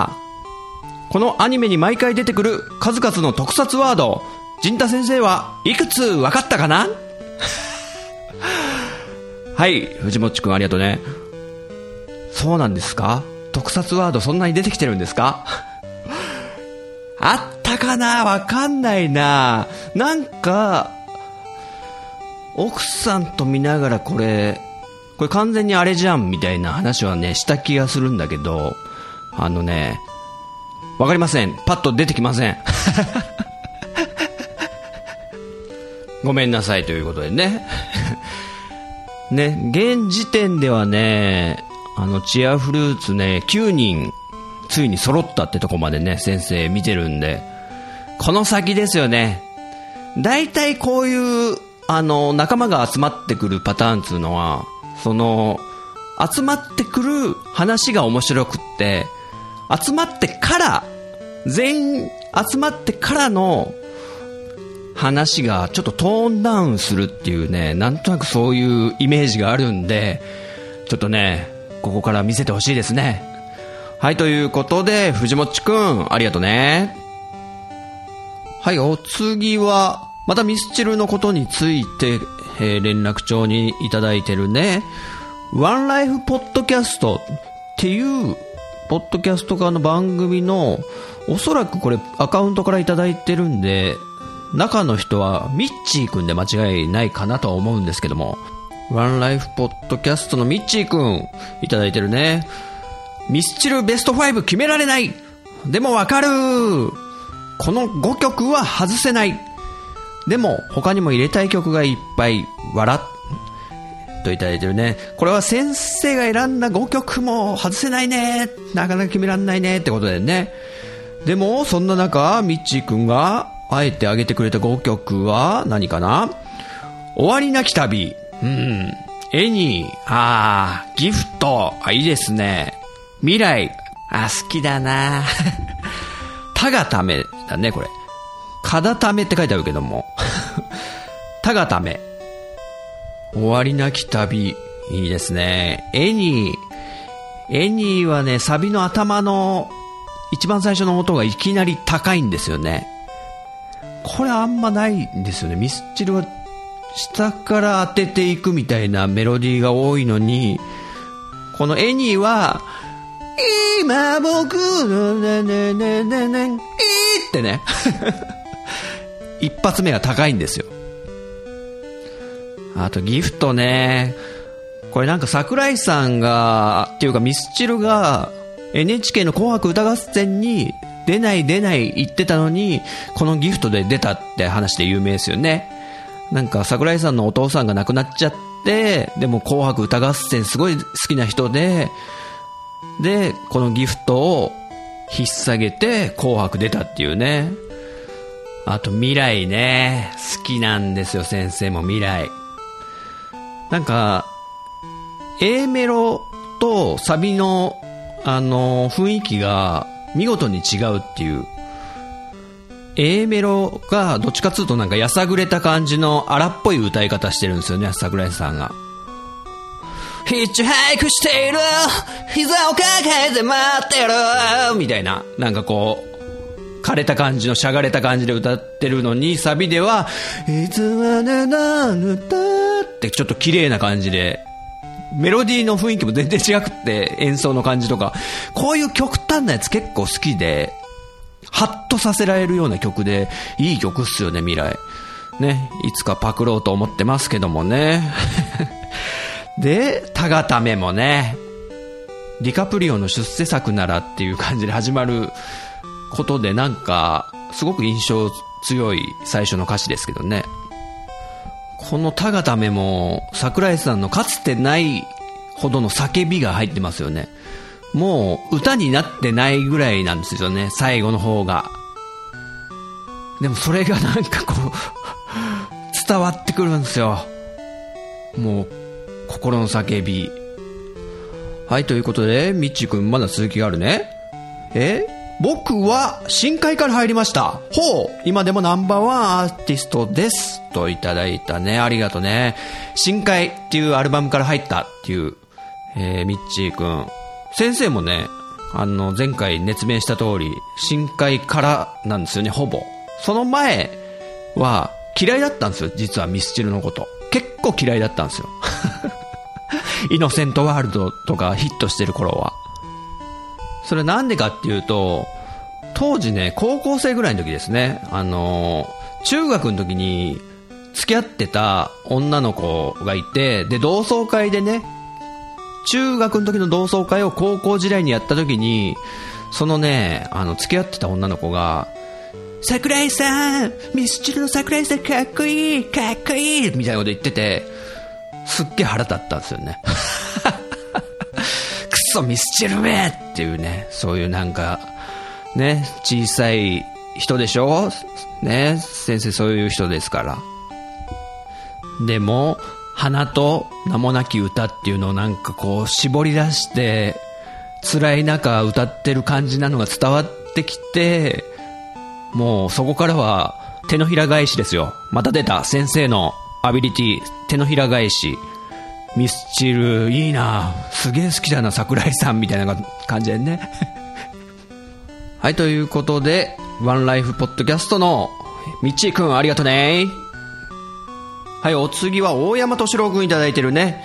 このアニメに毎回出てくる数々の特撮ワード、陣太先生はいくつ分かったかなはい、藤もっちくんありがとうね。そうなんですか、特撮ワードそんなに出てきてるんですかあったかな、わかんないな。なんか奥さんと見ながらこれ完全にあれじゃんみたいな話はねした気がするんだけど、わかりません、パッと出てきませんごめんなさいということでね現時点ではねチアフルーツね9人ついに揃ったってとこまでね、先生見てるんで、この先ですよね。だいたいこういう仲間が集まってくるパターンっていうのは、その集まってくる話が面白くって、集まってから全員集まってからの話がちょっとトーンダウンするっていうね、なんとなくそういうイメージがあるんで、ちょっとねここから見せてほしいですね。はい、ということで藤もっちくんありがとね。はい、お次はまたミスチルのことについて、連絡帳にいただいてるね、ワンライフポッドキャストっていうポッドキャスト側の番組の、おそらくこれアカウントからいただいてるんで、中の人はミッチーくんで間違いないかなとは思うんですけども、ワンライフポッドキャストのミッチーくんいただいてるね。ミスチルベスト5決められない、でもわかる、この5曲は外せない、でも他にも入れたい曲がいっぱい、笑っといただいてるね。これは先生が選んだ5曲も外せないね、なかなか決めらんないねってことでね。でもそんな中ミッチーくんがあえて挙げてくれた5曲は何かな。終わりなき旅、エニー、ギフト、いいですね。未来、好きだな。たがためだね、これ。かだためって書いてあるけども。たがため。終わりなき旅、いいですね。エニーはね、サビの頭の一番最初の音がいきなり高いんですよね。これあんまないんですよね。ミスチルは下から当てていくみたいなメロディーが多いのに、このエニーは今僕のねねねねねってね一発目が高いんですよ。あとギフトね、これなんか桜井さんがっていうかミスチルが NHK の紅白歌合戦に出ない言ってたのに、このギフトで出たって話で有名ですよね。なんか桜井さんのお父さんが亡くなっちゃって、でも紅白歌合戦すごい好きな人で、このギフトを引っ提げて紅白出たっていうね。あと未来ね、好きなんですよ、先生も未来。なんか A メロとサビの雰囲気が見事に違うっていう。 A メロがどっちかっつうとなんかやさぐれた感じの荒っぽい歌い方してるんですよね、桜井さんが。ヒッチハイクしている、膝を抱えて待ってるみたいな、なんかこう枯れた感じのしゃがれた感じで歌ってるのに、サビではいつまでなぬたってちょっと綺麗な感じで、メロディーの雰囲気も全然違くって、演奏の感じとか、こういう極端なやつ結構好きで、ハッとさせられるような曲でいい曲っすよね、未来ね。いつかパクろうと思ってますけどもねでたがためもね、ディカプリオの出世作ならっていう感じで始まることで、なんかすごく印象強い最初の歌詞ですけどね。このたがためも桜井さんのかつてないほどの叫びが入ってますよね。もう歌になってないぐらいなんですよね、最後の方が。でもそれがなんかこう伝わってくるんですよ、もう心の叫び。はい、ということでミッチーくんまだ続きがあるね。僕は深海から入りました。ほう、今でもナンバーワンアーティストですといただいたね。ありがとね。深海っていうアルバムから入ったっていう、ミッチーくん。先生もね、前回熱弁した通り深海からなんですよね、ほぼ。その前は嫌いだったんですよ、実はミスチルのこと。結構嫌いだったんですよイノセントワールドとかヒットしてる頃は。それなんでかっていうと、当時ね、高校生ぐらいの時ですね、中学の時に付き合ってた女の子がいて、で同窓会でね、中学の時の同窓会を高校時代にやった時に、そのね、付き合ってた女の子が、桜井さん、ミスチルの桜井さんかっこいいかっこいいみたいなこと言ってて、すっげえ腹立ったんですよねくそミスチルめっていうね、そういうなんかね、小さい人でしょね、先生そういう人ですから。でも花と名もなき歌っていうのをなんかこう絞り出して辛い中歌ってる感じなのが伝わってきて、もうそこからは手のひら返しですよ。また出た先生のアビリティ、手のひら返し。ミスチルいいな、すげえ好きだな桜井さんみたいな感じでねはい、ということでワンライフポッドキャストのみっちーくんありがとね。はい、お次は大山敏郎くんいただいてるね。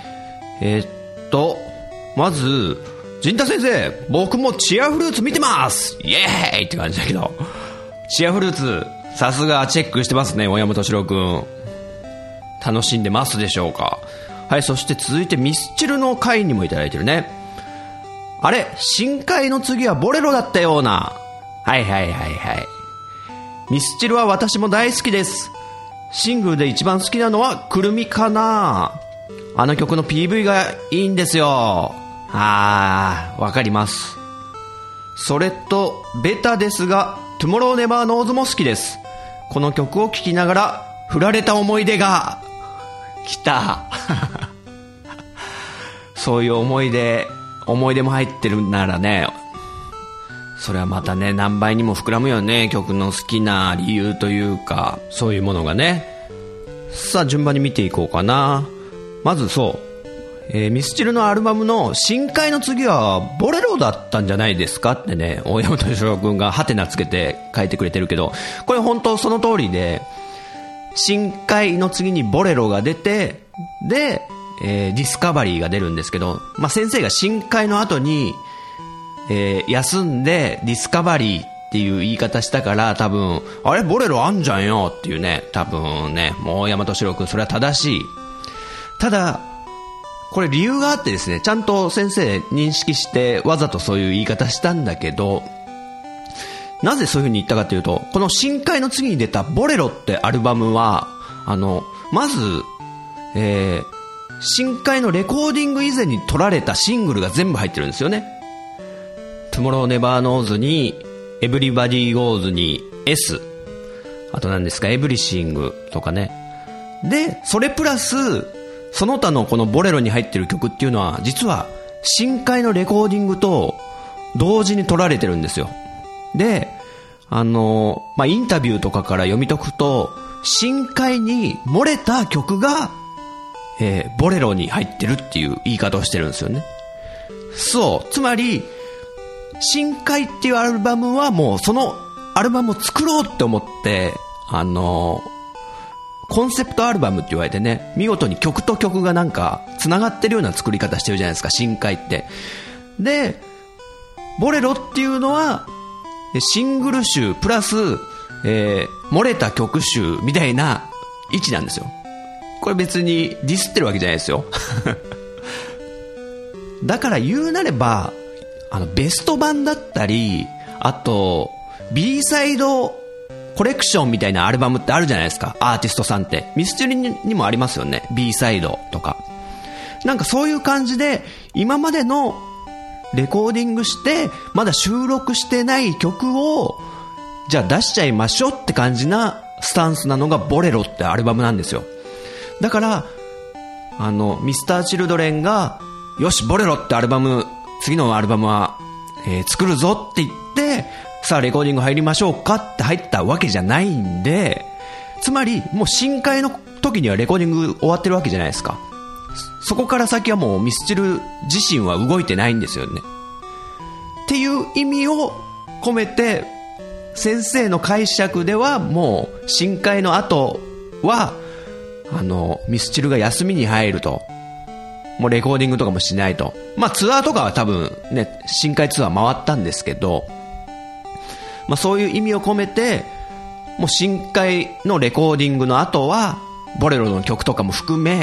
まず陣太先生、僕もチアフルーツ見てますイエーイって感じだけど、チアフルーツさすがチェックしてますね。大山敏郎くん楽しんでますでしょうか。はい、そして続いてミスチルの回にもいただいてるね。あれ、深海の次はボレロだったような。はいはいはいはい。ミスチルは私も大好きです。シングルで一番好きなのはくるみかな。あの曲の PV がいいんですよ。わかります。それとベタですがトゥモローネバーノーズも好きです。この曲を聴きながら振られた思い出が来たそういう思い出も入ってるならね、それはまたね何倍にも膨らむよね。曲の好きな理由というかそういうものがね。さあ順番に見ていこうかな。まずミスチルのアルバムの深海の次はボレロだったんじゃないですかってね、大山敏郎くんがハテナつけて書いてくれてるけど、これ本当その通りで、深海の次にボレロが出て、で、ディスカバリーが出るんですけど、先生が深海の後に、休んでディスカバリーっていう言い方したから多分、あれボレロあんじゃんよっていうね、多分ね、もう大山敏郎くんそれは正しい。ただ、これ理由があってですね、ちゃんと先生認識してわざとそういう言い方したんだけど、なぜそういう風に言ったかというと、この深海の次に出たボレロってアルバムはまず、深海のレコーディング以前に撮られたシングルが全部入ってるんですよね。Tomorrow Never Knows に Everybody Goes に S、 あと何ですか、Everything とかね。でそれプラスその他のこのボレロに入ってる曲っていうのは実は深海のレコーディングと同時に撮られてるんですよ。でインタビューとかから読み解くと、深海に漏れた曲が、ボレロに入ってるっていう言い方をしてるんですよね。そう、つまり深海っていうアルバムはもうそのアルバムを作ろうって思ってコンセプトアルバムって言われてね、見事に曲と曲がなんか繋がってるような作り方してるじゃないですか、深海って。でボレロっていうのはシングル集プラス、漏れた曲集みたいな位置なんですよ。これ別にディスってるわけじゃないですよだから言うなればベスト版だったり、あと B サイドコレクションみたいなアルバムってあるじゃないですか、アーティストさんって。ミスチルにもありますよね、 B サイドとか。なんかそういう感じで今までのレコーディングしてまだ収録してない曲をじゃあ出しちゃいましょうって感じなスタンスなのがボレロってアルバムなんですよ。だからミスターチルドレンがよしボレロってアルバム、次のアルバムは、作るぞって言ってさあレコーディング入りましょうかって入ったわけじゃないんで、つまりもう深海の時にはレコーディング終わってるわけじゃないですか。そこから先はもうミスチル自身は動いてないんですよねっていう意味を込めて、先生の解釈ではもう深海の後はミスチルが休みに入ると、もうレコーディングとかもしないと。ツアーとかは多分ね、深海ツアー回ったんですけど、そういう意味を込めてもう深海のレコーディングの後はボレロの曲とかも含め、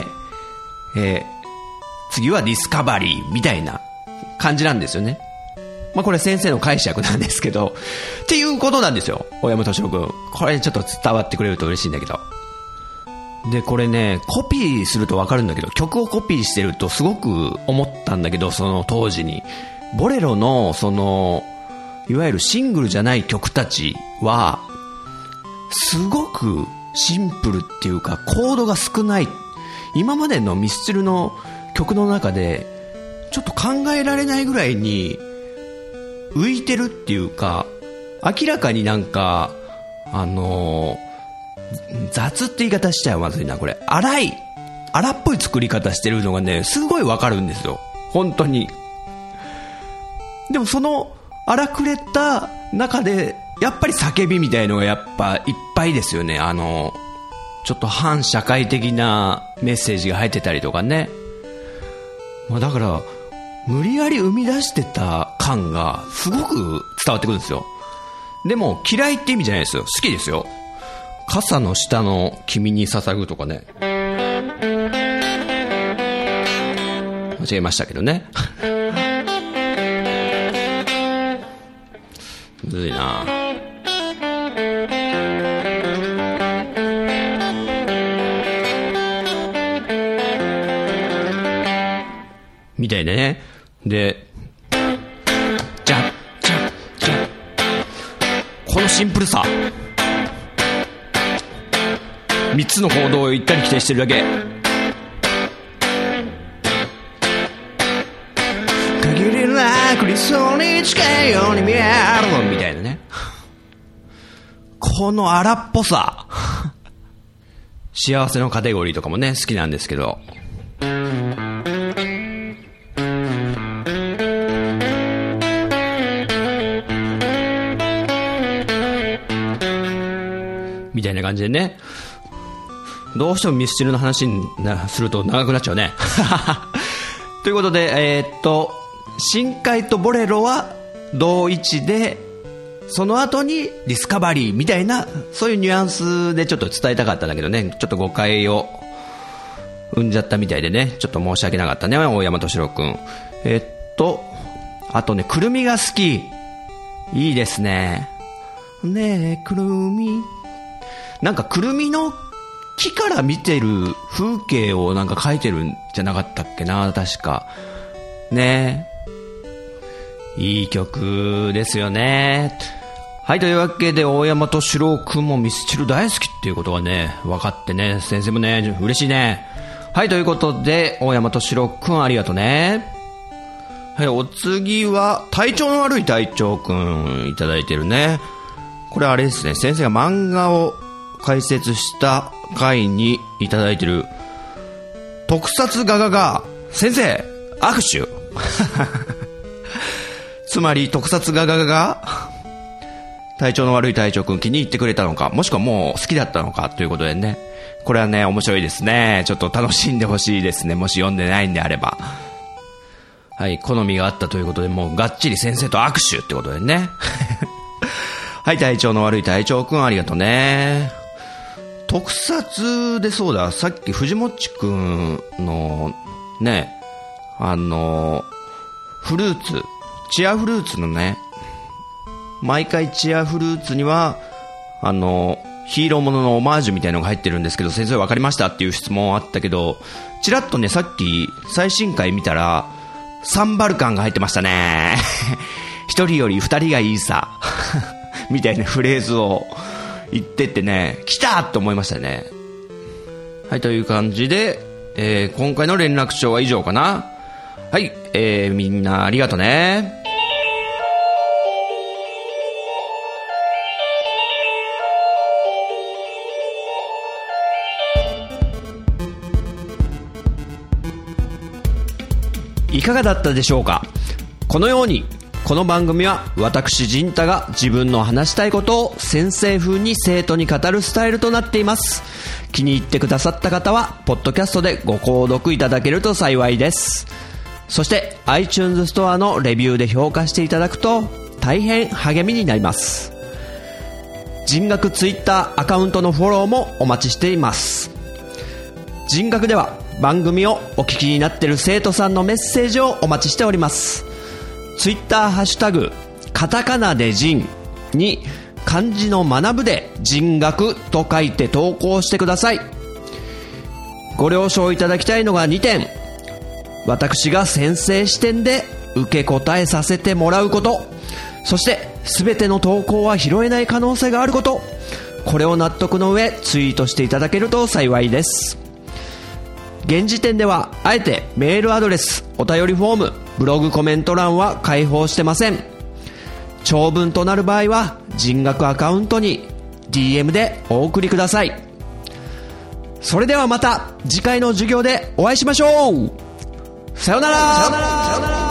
次はディスカバリーみたいな感じなんですよね。これ先生の解釈なんですけどっていうことなんですよ、大山敏郎くん。これちょっと伝わってくれると嬉しいんだけど。でこれね、コピーすると分かるんだけど、曲をコピーしてるとすごく思ったんだけど、その当時にボレロのいわゆるシングルじゃない曲たちはすごくシンプルっていうかコードが少ない。今までのミスチルの曲の中でちょっと考えられないぐらいに浮いてるっていうか、明らかになんか雑って言い方しちゃまずいな、これ荒っぽい作り方してるのがねすごいわかるんですよ、本当に。でもその荒くれた中でやっぱり叫びみたいのがやっぱいっぱいですよね。ちょっと反社会的なメッセージが入ってたりとかね。だから無理やり生み出してた感がすごく伝わってくるんですよ。でも嫌いって意味じゃないですよ、好きですよ。傘の下の君に捧ぐとかね、間違えましたけどねむずいな。みたいでね。で、じゃこのシンプルさ、3つの行動を行ったり来たりしてるだけ。限りなく理想に近いように見えるみたいなね。この荒っぽさ幸せのカテゴリーとかもね好きなんですけど、みたいな感じでね、どうしてもミスチルの話にすると長くなっちゃうねということで深海とボレロは同位置で、その後にディスカバリーみたいな、そういうニュアンスでちょっと伝えたかったんだけどね、ちょっと誤解を生んじゃったみたいでね、ちょっと申し訳なかったね、大山敏郎くん。あとね、くるみが好き。いいですね。ねえくるみ、なんかくるみの木から見てる風景をなんか描いてるんじゃなかったっけな、確かね。いい曲ですよね。はい、というわけで大山敏郎くんもミスチル大好きっていうことがね分かってね、先生もね嬉しいね。はい、ということで大山敏郎くんありがとうね。はい、お次は体調の悪い隊長くんいただいてるね。これあれですね、先生が漫画を解説した回にいただいてる特撮ガガガ先生握手つまり特撮ガガガが体調の悪い隊長くん気に入ってくれたのか、もしくはもう好きだったのかということでね、これはね面白いですね。ちょっと楽しんでほしいですね、もし読んでないんであれば。はい、好みがあったということで、もうがっちり先生と握手ってことでねはい、体調の悪い隊長くんありがとうね。特撮でそうだ、さっき藤もっちくんのね、フルーツ、チアフルーツのね、毎回チアフルーツにはヒーローもののオマージュみたいなのが入ってるんですけど、先生分かりましたっていう質問あったけど、ちらっとねさっき最新回見たらサンバルカンが入ってましたね一人より二人がいいさみたいなフレーズを言ってってね、来たと思いましたね。はい、という感じで、今回の連絡帳は以上かな。はい、みんなありがとね。いかがだったでしょうか。このようにこの番組は私陣太が自分の話したいことを先生風に生徒に語るスタイルとなっています。気に入ってくださった方はポッドキャストでご購読いただけると幸いです。そして iTunes ストアのレビューで評価していただくと大変励みになります。人学 Twitter アカウントのフォローもお待ちしています。人学では番組をお聞きになっている生徒さんのメッセージをお待ちしております。ツイッターハッシュタグカタカナで人に漢字の学ぶで人学と書いて投稿してください。ご了承いただきたいのが2点。私が先生視点で受け答えさせてもらうこと、そして全ての投稿は拾えない可能性があること、これを納得の上ツイートしていただけると幸いです。現時点ではあえてメールアドレス、お便りフォーム、ブログコメント欄は開放してません。長文となる場合は人学アカウントに DM でお送りください。それではまた次回の授業でお会いしましょう。さよなら。